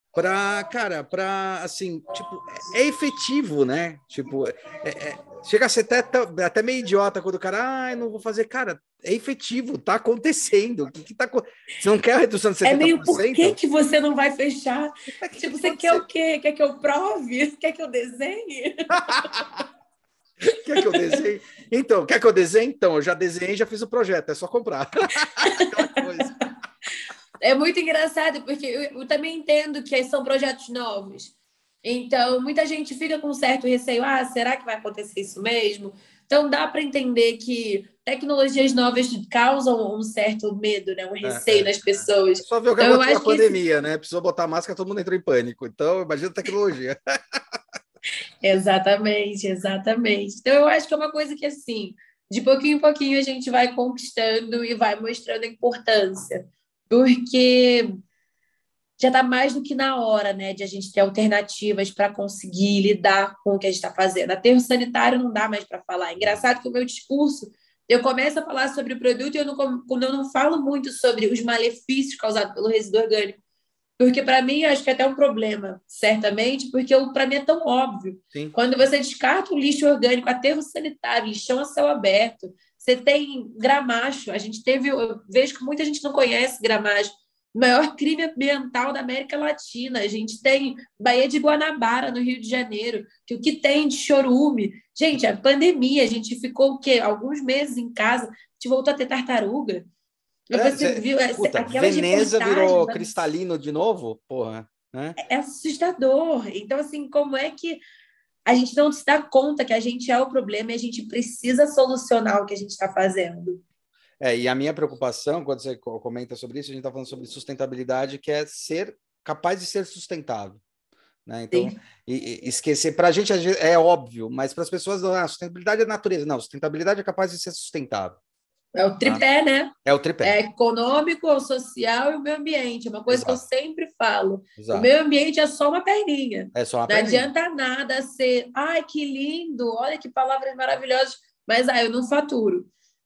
para, assim, tipo, é efetivo, né? Tipo, chega a ser até meio idiota quando o cara, eu não vou fazer, cara, é efetivo, tá acontecendo. O que tá Você não quer a redução de 70%? É meio, por que você não vai fechar? Tipo, você quer o quê? Quer que eu prove? Quer que eu desenhe? Quer que eu desenhe? Então, quer que eu desenhe? Então, eu já desenhei, já fiz o projeto, é só comprar. Aquela coisa. É muito engraçado, porque eu também entendo que são projetos novos. Então, muita gente fica com um certo receio. Será que vai acontecer isso mesmo? Então, dá para entender que tecnologias novas causam um certo medo, né? Um receio nas pessoas. Só ver o que aconteceu na pandemia, né? Precisou botar máscara, todo mundo entrou em pânico. Então, imagina a tecnologia. Exatamente. Então, eu acho que é uma coisa que, assim, de pouquinho em pouquinho a gente vai conquistando e vai mostrando a importância. Porque já está mais do que na hora, né, de a gente ter alternativas para conseguir lidar com o que a gente está fazendo. Aterro sanitário não dá mais para falar. É engraçado que o meu discurso eu começo a falar sobre o produto e quando eu não falo muito sobre os malefícios causados pelo resíduo orgânico, porque para mim acho que é até um problema, certamente, porque para mim é tão óbvio. Sim. Quando você descarta o lixo orgânico, aterro sanitário, lixão a céu aberto, você tem Gramacho. Eu vejo que muita gente não conhece Gramacho, o maior crime ambiental da América Latina. A gente tem Baía de Guanabara, no Rio de Janeiro, que o que tem de chorume. Gente, a pandemia, a gente ficou o quê? Alguns meses em casa, a gente voltou a ter tartaruga. E você viu aquelas Veneza virou reportagens, cristalino de novo? Porra, né? É assustador. Então, assim, como é que a gente não se dá conta que a gente é o problema e a gente precisa solucionar o que a gente está fazendo? E a minha preocupação, quando você comenta sobre isso, a gente está falando sobre sustentabilidade, que é ser capaz de ser sustentável. Né? Então, esquecer, para a gente é óbvio, mas para as pessoas, a sustentabilidade é natureza. Não, sustentabilidade é capaz de ser sustentável. É o tripé, né? É o tripé. É econômico, o social e o meio ambiente. É uma coisa que eu sempre falo. Exato. O meio ambiente é só uma perninha. É só uma perninha. Não adianta nada ser, ai, que lindo, olha que palavras maravilhosas, mas eu não faturo.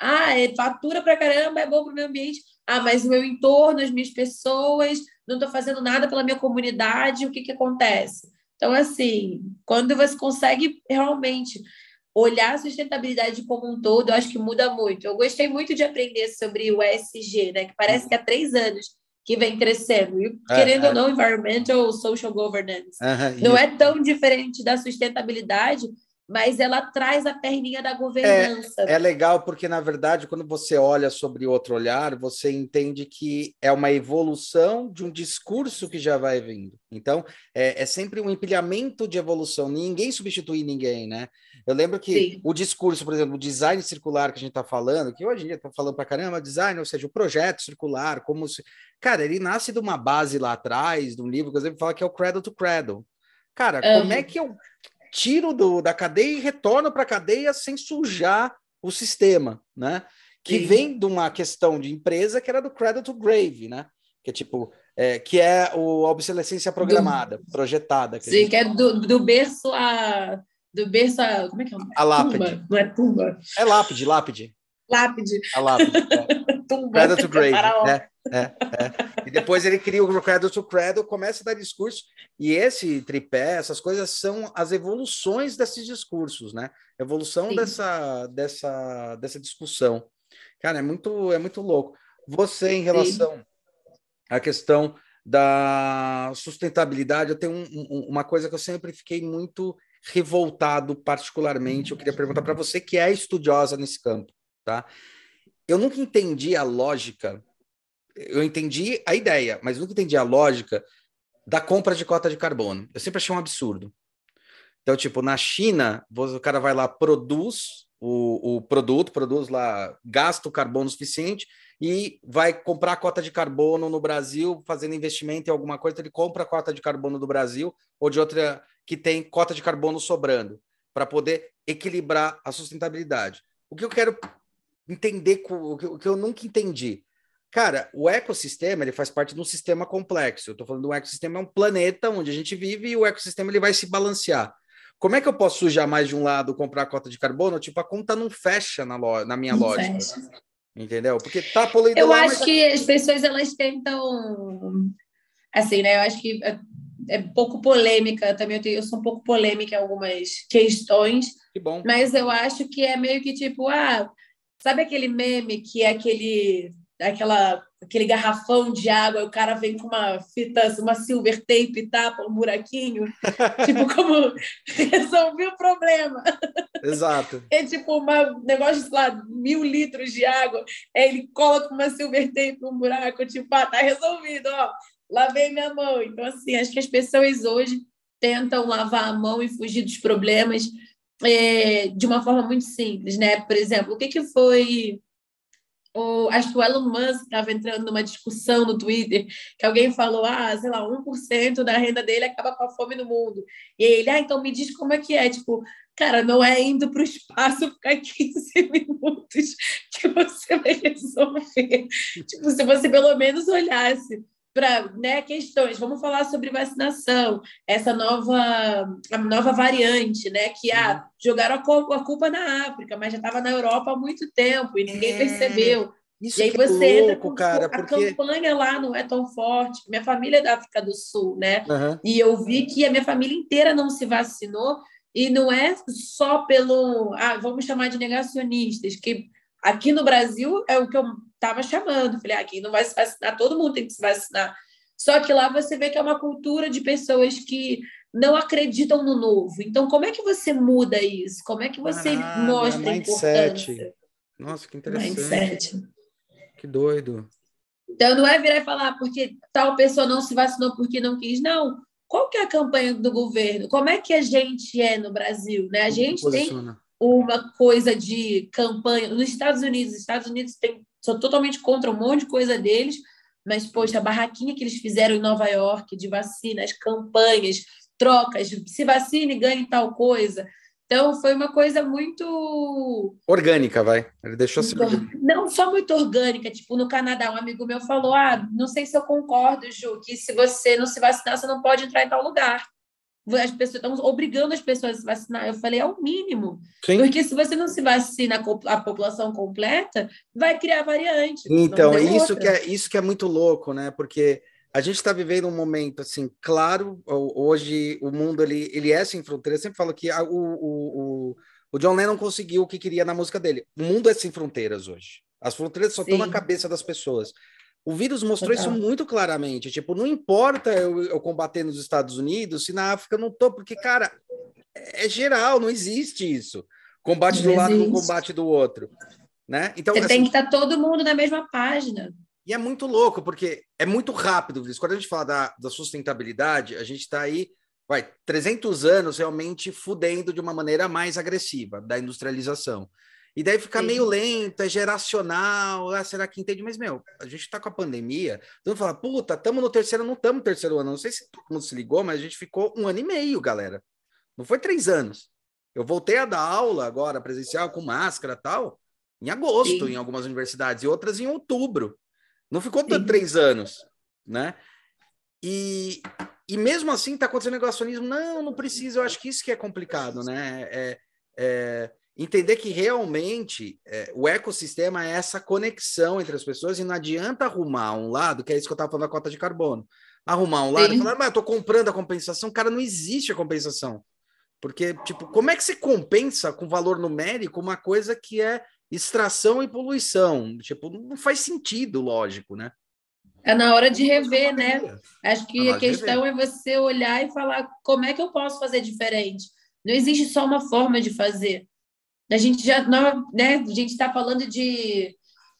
Fatura pra caramba, é bom pro meio ambiente. Mas o meu entorno, as minhas pessoas, não estou fazendo nada pela minha comunidade, o que acontece? Então, assim, quando você consegue realmente olhar a sustentabilidade como um todo, eu acho que muda muito. Eu gostei muito de aprender sobre o ESG, né? Que parece que há 3 anos que vem crescendo. E, querendo ou não, Environmental Social Governance. Não é tão diferente da sustentabilidade, mas ela traz a perninha da governança. É legal porque, na verdade, quando você olha sobre outro olhar, você entende que é uma evolução de um discurso que já vai vindo. Então, é sempre um empilhamento de evolução. Ninguém substitui ninguém, né? Eu lembro que o discurso, por exemplo, o design circular que a gente está falando, que hoje em dia está falando para caramba, design, ou seja, o projeto circular, como se... Cara, ele nasce de uma base lá atrás, de um livro que eu sempre falo que é o Cradle to Cradle. Cara, como é que eu tiro da cadeia e retorno para a cadeia sem sujar o sistema, né? Que vem de uma questão de empresa que era do Cradle to Grave, né? Que é tipo, que é a obsolescência programada, projetada. Que é do berço a... Como é que é? A lápide. Tumba, não é tumba? É lápide. Lápide. A lápide, Tumba. Cradle to Grave, E depois ele cria o Cradle to Cradle, começa a dar discurso, e esse tripé, essas coisas são as evoluções desses discursos, né? Evolução dessa discussão. Cara, é muito louco. Você, em relação à questão da sustentabilidade, eu tenho uma coisa que eu sempre fiquei muito revoltado, particularmente, eu queria perguntar para você, que é estudiosa nesse campo, tá? Eu nunca entendi a lógica, eu entendi a ideia, mas nunca entendi a lógica da compra de cota de carbono. Eu sempre achei um absurdo. Então, tipo, na China, o cara vai lá, produz o produto, produz lá, gasta o carbono suficiente e vai comprar a cota de carbono no Brasil, fazendo investimento em alguma coisa, ele compra a cota de carbono do Brasil ou de outra que tem cota de carbono sobrando, para poder equilibrar a sustentabilidade. O que eu quero entender, o que eu nunca entendi. Cara, o ecossistema, ele faz parte de um sistema complexo. Eu estou falando de um ecossistema, é um planeta onde a gente vive e o ecossistema ele vai se balancear. Como é que eu posso sujar mais de um lado, comprar a cota de carbono? Tipo, a conta não fecha na minha lógica. Fecha. Entendeu? Porque tá poluído eu lá, acho que as pessoas, elas tentam... Assim, né? Eu acho que é pouco polêmica também. Eu sou um pouco polêmica em algumas questões. Que bom. Mas eu acho que é meio que tipo... sabe aquele meme que é aquele garrafão de água, o cara vem com uma fita, uma silver tape e tapa um buraquinho, tipo, como resolvi o problema. Exato. É tipo um negócio de, sei lá, 1.000 litros de água, aí ele coloca uma silver tape um buraco, tipo, tá resolvido, lavei minha mão. Então, assim, acho que as pessoas hoje tentam lavar a mão e fugir dos problemas de uma forma muito simples, né? Por exemplo, o que foi... acho que o Elon Musk estava entrando numa discussão no Twitter, que alguém falou, sei lá, 1% da renda dele acaba com a fome no mundo. E ele, então me diz como é que é. Tipo, cara, não é indo para o espaço ficar 15 minutos que você vai resolver. Tipo, se você pelo menos olhasse para, né, questões. Vamos falar sobre vacinação, essa a nova variante, né? Que jogaram a culpa na África, mas já estava na Europa há muito tempo e ninguém percebeu. Isso e aí que é você entra louco, com cara, a porque... campanha lá não é tão forte. Minha família é da África do Sul, né? Uhum. E eu vi que a minha família inteira não se vacinou, e não é só pelo, vamos chamar de negacionistas, que aqui no Brasil é o que eu estava chamando. Falei, aqui não vai se vacinar, todo mundo tem que se vacinar. Só que lá você vê que é uma cultura de pessoas que não acreditam no novo. Então, como é que você muda isso? Como é que você mostra a importância? Nossa, que interessante. Mindset. Que doido. Então, não é virar e falar porque tal pessoa não se vacinou porque não quis. Não. Qual que é a campanha do governo? Como é que a gente é no Brasil? Né? A gente tem uma coisa de campanha. Nos Estados Unidos são totalmente contra um monte de coisa deles, mas, poxa, a barraquinha que eles fizeram em Nova York de vacina, as campanhas, trocas, se vacine, ganhe tal coisa. Então, foi uma coisa muito... orgânica, vai. Ele deixou assim. Não só muito orgânica. Tipo, no Canadá, um amigo meu falou, não sei se eu concordo, Ju, que se você não se vacinar, você não pode entrar em tal lugar. As pessoas estão obrigando as pessoas a se vacinar. Eu falei, é o mínimo. Sim. Porque se você não se vacina a população completa, vai criar variante. Então, isso que é muito louco, né? Porque a gente está vivendo um momento, assim, claro, hoje o mundo ele é sem fronteira. Eu sempre falo que o John Lennon conseguiu o que queria na música dele. O mundo é sem fronteiras hoje. As fronteiras só estão na cabeça das pessoas. O vírus mostrou isso muito claramente. Tipo, não importa eu combater nos Estados Unidos se na África eu não tô, porque, cara, é geral, não existe isso. Combate do lado com combate do outro, né? Então, você tem que estar todo mundo na mesma página. E é muito louco, porque é muito rápido. Quando a gente fala da sustentabilidade, a gente está aí, 300 anos realmente fudendo de uma maneira mais agressiva da industrialização. E daí fica meio lento, é geracional, será que entende? Mas, a gente tá com a pandemia, todo mundo fala, puta, estamos no terceiro, não estamos no terceiro ano. Não sei se todo mundo se ligou, mas a gente ficou 1 ano e meio, galera. Não foi 3 anos. Eu voltei a dar aula agora, presencial, com máscara e tal, em agosto, em algumas universidades, e outras em outubro. Não ficou 3 anos, né? E mesmo assim tá acontecendo negacionismo. Não precisa, eu acho que isso que é complicado, né? Entender que realmente o ecossistema é essa conexão entre as pessoas e não adianta arrumar um lado, que é isso que eu estava falando da cota de carbono. Arrumar um lado e falar, mas eu estou comprando a compensação. Cara, não existe a compensação. Porque, tipo, como é que você compensa com valor numérico uma coisa que é extração e poluição? Tipo, não faz sentido, lógico, né? É na hora de rever, né? Acho que a questão é você olhar e falar como é que eu posso fazer diferente. Não existe só uma forma de fazer. A gente já, né? A gente está falando de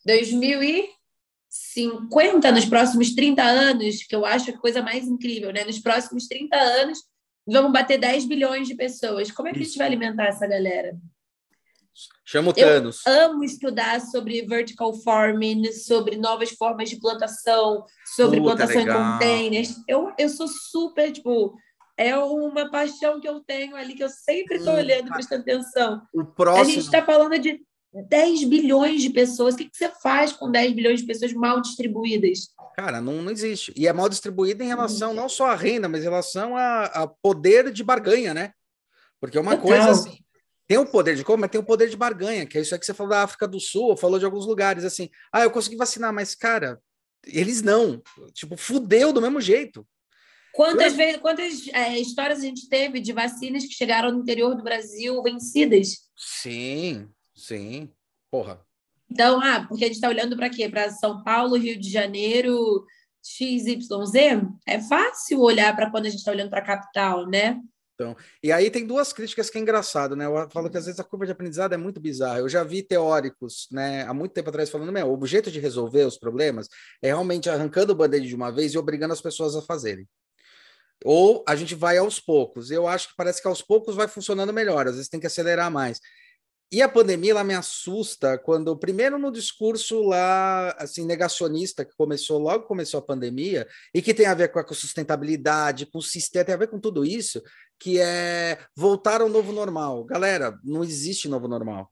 2050, nos próximos 30 anos, que eu acho a coisa mais incrível, né? Nos próximos 30 anos, vamos bater 10 bilhões de pessoas. Como é que a gente vai alimentar essa galera? Chama o Thanos. Eu amo estudar sobre vertical farming, sobre novas formas de plantação, sobre plantação em containers. Eu sou super, tipo... É uma paixão que eu tenho ali, que eu sempre estou olhando, prestando atenção. A gente está falando de 10 bilhões de pessoas. O que você faz com 10 bilhões de pessoas mal distribuídas? Cara, não existe. E é mal distribuída em relação não só à renda, mas em relação a poder de barganha, né? Porque é uma coisa assim... Tem o poder de compra, mas tem o poder de barganha, que é isso aí que você falou da África do Sul, falou de alguns lugares, assim. Eu consegui vacinar, mas, cara, eles não. Tipo, fudeu do mesmo jeito. Quantas histórias a gente teve de vacinas que chegaram no interior do Brasil vencidas? Sim. Porra. Então, porque a gente está olhando para quê? Para São Paulo, Rio de Janeiro, XYZ? É fácil olhar para quando a gente está olhando para a capital, né? Então, e aí tem 2 críticas que é engraçado, né? Eu falo que às vezes a curva de aprendizado é muito bizarra. Eu já vi teóricos, né, há muito tempo atrás falando, o jeito de resolver os problemas é realmente arrancando o band-aid de uma vez e obrigando as pessoas a fazerem. Ou a gente vai aos poucos. Eu acho que parece que aos poucos vai funcionando melhor, às vezes tem que acelerar mais. E a pandemia, ela me assusta quando, primeiro no discurso lá, assim, negacionista, que logo começou a pandemia, e que tem a ver com a sustentabilidade, com o sistema, tem a ver com tudo isso, que é voltar ao novo normal. Galera, não existe novo normal.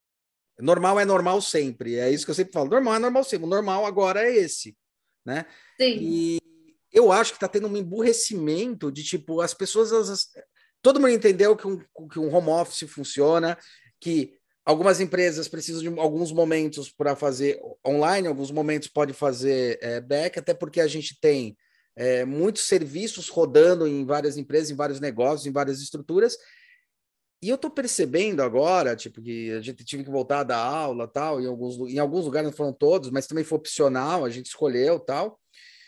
Normal é normal sempre, é isso que eu sempre falo. Normal é normal sempre, o normal agora é esse, né? Sim. E eu acho que está tendo um emburrecimento de, tipo, as pessoas... todo mundo entendeu que um home office funciona, que algumas empresas precisam de alguns momentos para fazer online, alguns momentos pode fazer back, até porque a gente tem muitos serviços rodando em várias empresas, em vários negócios, em várias estruturas. E eu estou percebendo agora, tipo, que a gente tive que voltar a dar aula, tal, em alguns lugares, não foram todos, mas também foi opcional, a gente escolheu, tal,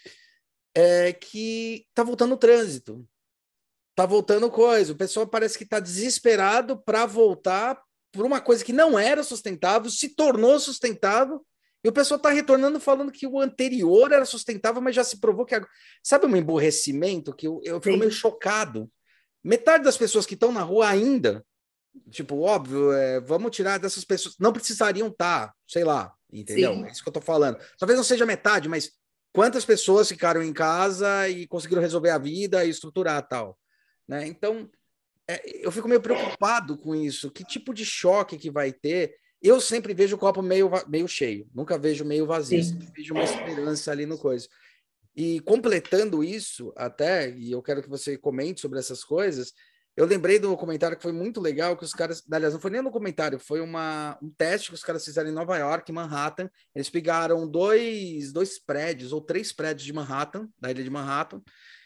que tá voltando o trânsito, tá voltando coisa, o pessoal parece que está desesperado para voltar por uma coisa que não era sustentável, se tornou sustentável, e o pessoal está retornando falando que o anterior era sustentável, mas já se provou que... Sabe um emburrecimento que eu fico meio chocado? Metade das pessoas que estão na rua ainda, tipo, óbvio, vamos tirar dessas pessoas, não precisariam estar, sei lá, entendeu? Sim. É isso que eu tô falando. Talvez não seja metade, mas quantas pessoas ficaram em casa e conseguiram resolver a vida e estruturar tal, né? Então, eu fico meio preocupado com isso. Que tipo de choque que vai ter? Eu sempre vejo o copo meio cheio, nunca vejo meio vazio, sempre vejo uma esperança ali no coisa. E completando isso até, e eu quero que você comente sobre essas coisas, eu lembrei de um comentário que foi muito legal, que os caras, aliás, não foi nem um comentário, foi um teste que os caras fizeram em Nova York, em Manhattan. Eles pegaram dois prédios, ou 3 prédios de Manhattan, da ilha de Manhattan,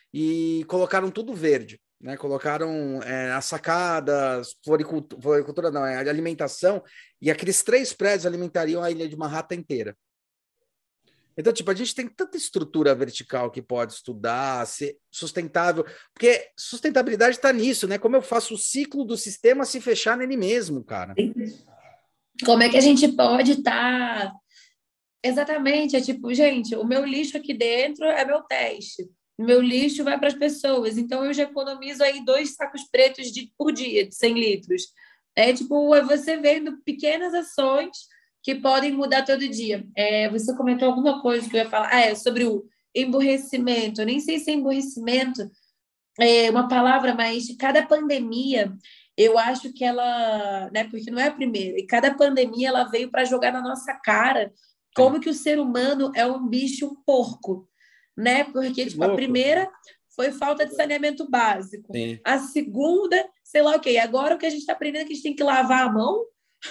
e colocaram tudo verde, né? Colocaram as sacadas, floricultura não, a alimentação, e aqueles 3 prédios alimentariam a ilha de Manhattan inteira. Então, tipo, a gente tem tanta estrutura vertical que pode estudar, ser sustentável, porque sustentabilidade está nisso, né? Como eu faço o ciclo do sistema se fechar nele mesmo, cara. Como é que a gente pode estar... Exatamente, é tipo, gente, o meu lixo aqui dentro é meu teste. O meu lixo vai para as pessoas, então eu já economizo aí 2 sacos pretos por dia, de 100 litros. É tipo, você vendo pequenas ações que podem mudar todo dia. Você comentou alguma coisa que eu ia falar, sobre o emburrecimento. Eu nem sei se emburrecimento é uma palavra, mas cada pandemia, eu acho que ela, né, porque não é a primeira, e cada pandemia ela veio para jogar na nossa cara como que o ser humano é um bicho porco, né? Porque tipo, a primeira foi falta de saneamento básico. Sim. A segunda, sei lá o quê. Agora o que a gente está aprendendo é que a gente tem que lavar a mão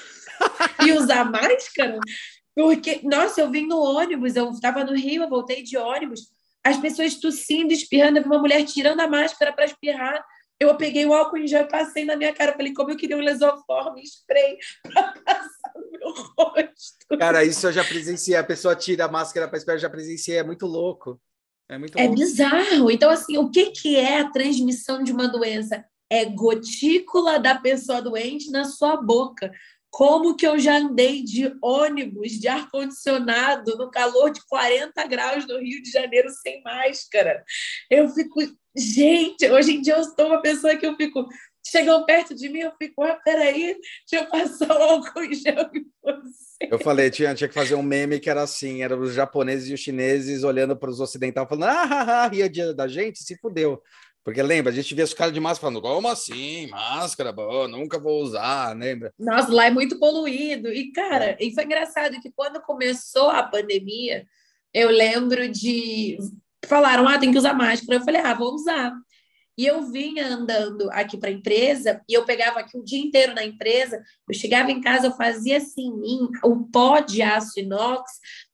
e usar máscara. Porque, nossa, eu vim no ônibus, eu estava no Rio, eu voltei de ônibus, as pessoas tossindo, espirrando, eu vi uma mulher tirando a máscara para espirrar. Eu peguei o álcool em gel e passei na minha cara. Eu falei, como eu queria um lesoforme spray para passar no meu rosto. Cara, isso eu já presenciei. A pessoa tira a máscara para espirrar, eu já presenciei. É muito louco. É bizarro. Então, assim, o que é a transmissão de uma doença? É gotícula da pessoa doente na sua boca. Como que eu já andei de ônibus, de ar-condicionado, no calor de 40 graus no Rio de Janeiro sem máscara? Eu fico... Gente, hoje em dia eu sou uma pessoa que eu fico... Chegam perto de mim, eu fico, peraí, deixa eu passar o álcool em gel em você. Eu falei, tinha que fazer um meme que era assim, eram os japoneses e os chineses olhando para os ocidentais, falando, ria da gente, se fudeu. Porque lembra, a gente via os caras de máscara falando, como assim, máscara, bom, nunca vou usar, lembra? Nossa, lá é muito poluído. E, cara, e foi engraçado que quando começou a pandemia, eu lembro de... Falaram, tem que usar máscara. Eu falei, vou usar. E eu vinha andando aqui para a empresa, e eu pegava aqui o dia inteiro na empresa, eu chegava em casa, eu fazia assim, o pó de aço inox,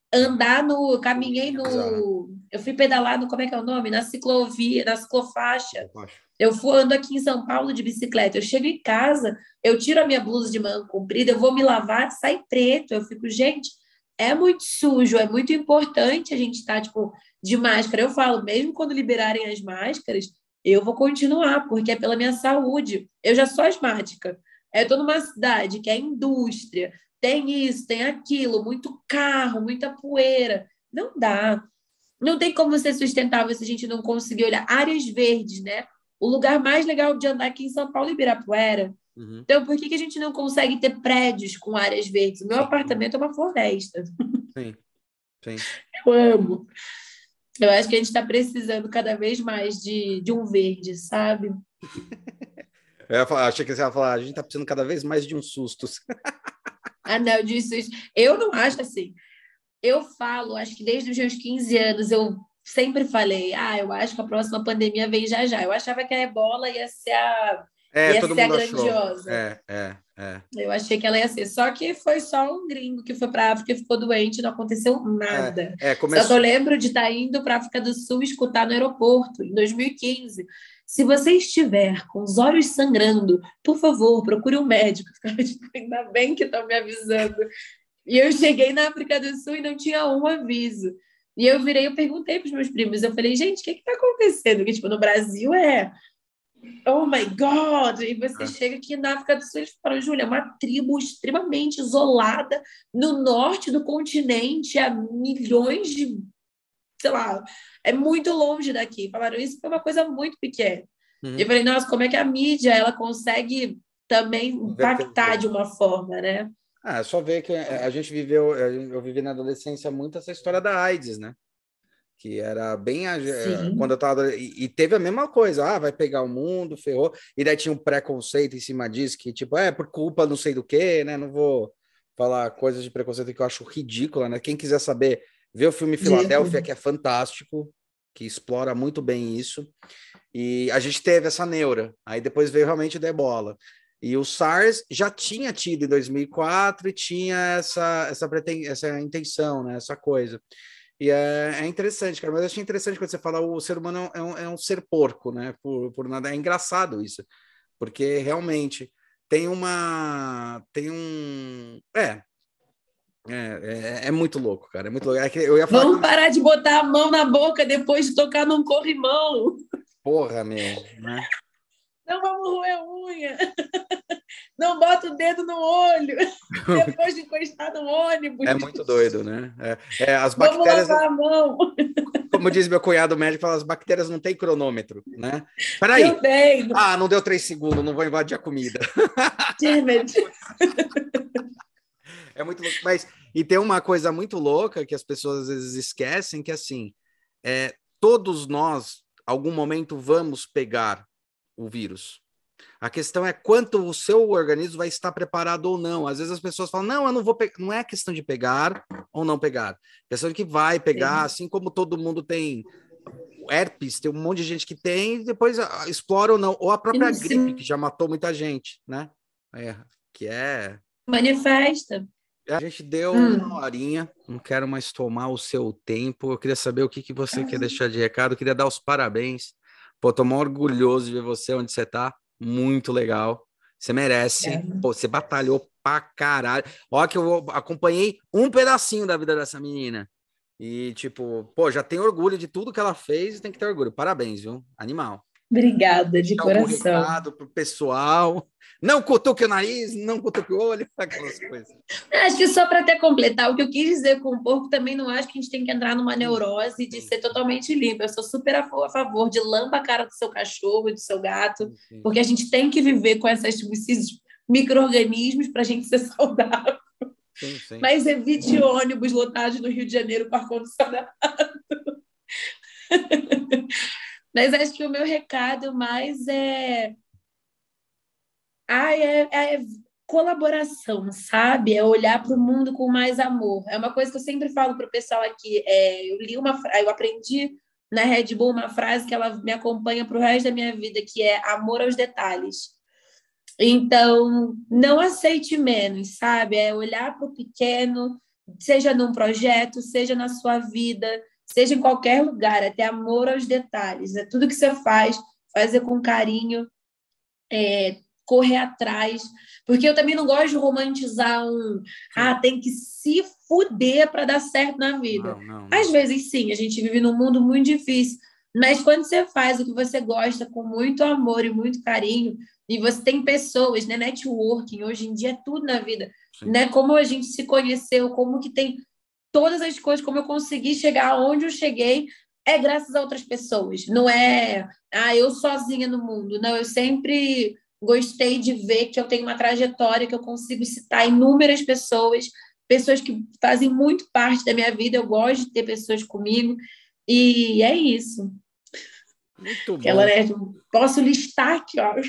caminhei eu fui pedalar no, como é que é o nome? Na ciclovia, na ciclofaixa. Eu ando aqui em São Paulo de bicicleta, eu chego em casa, eu tiro a minha blusa de manga comprida, eu vou me lavar, sai preto, eu fico, gente, é muito sujo, é muito importante a gente estar, tipo, de máscara. Eu falo, mesmo quando liberarem as máscaras, eu vou continuar, porque é pela minha saúde. Eu já sou asmática. Eu estou numa cidade que é indústria, tem isso, tem aquilo, muito carro, muita poeira. Não dá. Não tem como ser sustentável se a gente não conseguir olhar áreas verdes, né? O lugar mais legal de andar aqui em São Paulo é Ibirapuera. Uhum. Então, por que a gente não consegue ter prédios com áreas verdes? O meu apartamento é uma floresta. Sim. Eu amo. Eu acho que a gente está precisando cada vez mais de um verde, sabe? Achei que você ia falar, a gente está precisando cada vez mais de uns sustos. Não, de susto. Eu não acho assim. Eu falo, acho que desde os meus 15 anos eu sempre falei, eu acho que a próxima pandemia vem já já. Eu achava que a ebola ia ser todo a mundo achou. grandiosa. Eu achei que ela ia ser. Só que foi só um gringo que foi para a África e ficou doente, não aconteceu nada. Só que eu lembro de estar indo para a África do Sul e escutar no aeroporto, em 2015. Se você estiver com os olhos sangrando, por favor, procure um médico. Ainda bem que estão me avisando. E eu cheguei na África do Sul e não tinha um aviso. E eu perguntei para os meus primos, eu falei, gente, o que está acontecendo? Porque, tipo, no Brasil oh my God! E você chega aqui na África do Sul e fala, Júlia, é uma tribo extremamente isolada no norte do continente, a milhões de, sei lá, é muito longe daqui. Falaram isso, foi uma coisa muito pequena. E eu falei, nossa, como é que a mídia ela consegue também impactar de uma forma, né? É só ver que a gente viveu, eu vivi na adolescência muito essa história da AIDS, né? Que era bem quando eu tava e teve a mesma coisa, vai pegar o mundo, ferrou, e daí tinha um preconceito em cima disso, que tipo, por culpa não sei do que, né? Não vou falar coisas de preconceito que eu acho ridícula, né? Quem quiser saber, vê o filme Filadélfia, que é fantástico, que explora muito bem isso. E a gente teve essa neura, aí depois veio realmente o ebola. E o SARS já tinha tido em 2004 e tinha essa intenção, né? Essa coisa. E é interessante, cara, mas eu achei interessante quando você fala o ser humano é um ser porco, né? Por nada. É engraçado isso, porque realmente tem um. É muito louco, cara. É muito louco. Eu ia falar Vamos parar de botar a mão na boca depois de tocar num corrimão. Porra, meu, né? Não vamos roer a unha. Não bota o dedo no olho depois de encostar no ônibus. É muito doido, né? As bactérias. Vamos lavar a mão. Como diz meu cunhado médico, as bactérias não têm cronômetro, né? Peraí. Eu tenho. Não deu 3 segundos, não vou invadir a comida. Damn it. É muito louco. E tem uma coisa muito louca que as pessoas às vezes esquecem, que assim, todos nós, algum momento, vamos pegar o vírus. A questão é quanto o seu organismo vai estar preparado ou não. Às vezes as pessoas falam, não, eu não vou pegar. Não é questão de pegar ou não pegar. É questão de que vai pegar, assim como todo mundo tem herpes, tem um monte de gente que tem, e depois explora ou não. Ou a própria gripe, que já matou muita gente, né? Manifesta. A gente deu uma horinha, não quero mais tomar o seu tempo. Eu queria saber o que você quer deixar de recado. Eu queria dar os parabéns. Pô, tô mó orgulhoso de ver você onde você tá. Muito legal. Você merece. Pô, você batalhou pra caralho. Ó, que eu acompanhei um pedacinho da vida dessa menina. E, tipo, já tem orgulho de tudo que ela fez e tem que ter orgulho. Parabéns, viu? Animal. Obrigada, de coração. Um recado pro pessoal. Não cutuque o nariz, não cutuque o olho, aquelas coisas. Acho que só para até completar, o que eu quis dizer com o porco, também não acho que a gente tem que entrar numa neurose de ser totalmente limpo. Eu sou super a favor de lamba a cara do seu cachorro e do seu gato, porque a gente tem que viver com esses micro-organismos para a gente ser saudável. Sim. Mas evite ônibus lotados no Rio de Janeiro com ar-condicionado. Mas acho que o meu recado mais é colaboração, sabe? É olhar para o mundo com mais amor. É uma coisa que eu sempre falo para o pessoal aqui. Eu aprendi na Red Bull uma frase que ela me acompanha para o resto da minha vida, que é amor aos detalhes. Então, não aceite menos, sabe? É olhar para o pequeno, seja num projeto, seja na sua vida, seja em qualquer lugar, é ter amor aos detalhes. É tudo que você faz, fazer com carinho, correr atrás. Porque eu também não gosto de romantizar tem que se fuder para dar certo na vida. Não. Às vezes, sim, a gente vive num mundo muito difícil, mas quando você faz o que você gosta com muito amor e muito carinho, e você tem pessoas, né? Networking, hoje em dia é tudo na vida, né? Como a gente se conheceu, como que tem todas as coisas, como eu consegui chegar onde eu cheguei, é graças a outras pessoas. Não é, eu sozinha no mundo. Não, eu sempre gostei de ver que eu tenho uma trajetória, que eu consigo citar inúmeras pessoas que fazem muito parte da minha vida. Eu gosto de ter pessoas comigo, e é isso. Muito bom. Posso listar aqui, ó.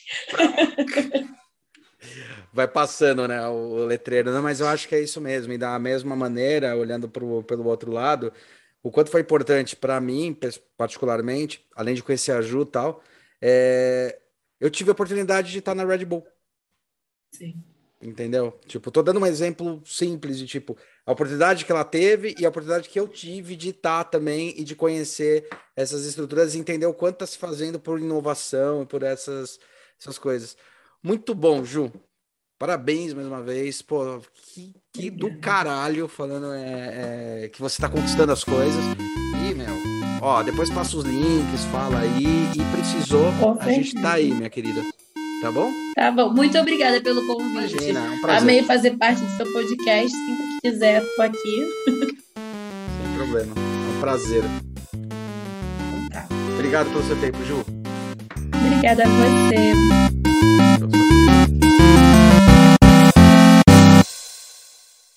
Vai passando, né, o letreiro. Não, mas eu acho que é isso mesmo. E da mesma maneira, olhando pelo outro lado, o quanto foi importante para mim, particularmente, além de conhecer a Ju e tal, eu tive a oportunidade de estar na Red Bull. Sim. Entendeu? Tipo, tô dando um exemplo simples de tipo, a oportunidade que ela teve e a oportunidade que eu tive de estar também e de conhecer essas estruturas e entender o quanto tá se fazendo por inovação e por essas coisas. Muito bom, Ju. Parabéns mais uma vez. Pô, que do caralho falando que você tá conquistando as coisas. E, meu, ó, depois passa os links, fala aí e precisou, a gente tá aí, minha querida. Tá bom? Tá bom. Muito obrigada pelo convite. Imagina, é um prazer. Amei fazer parte do seu podcast. Sempre que quiser, tô aqui. Sem problema. É um prazer. Então tá. Obrigado pelo seu tempo, Ju. Obrigada a você.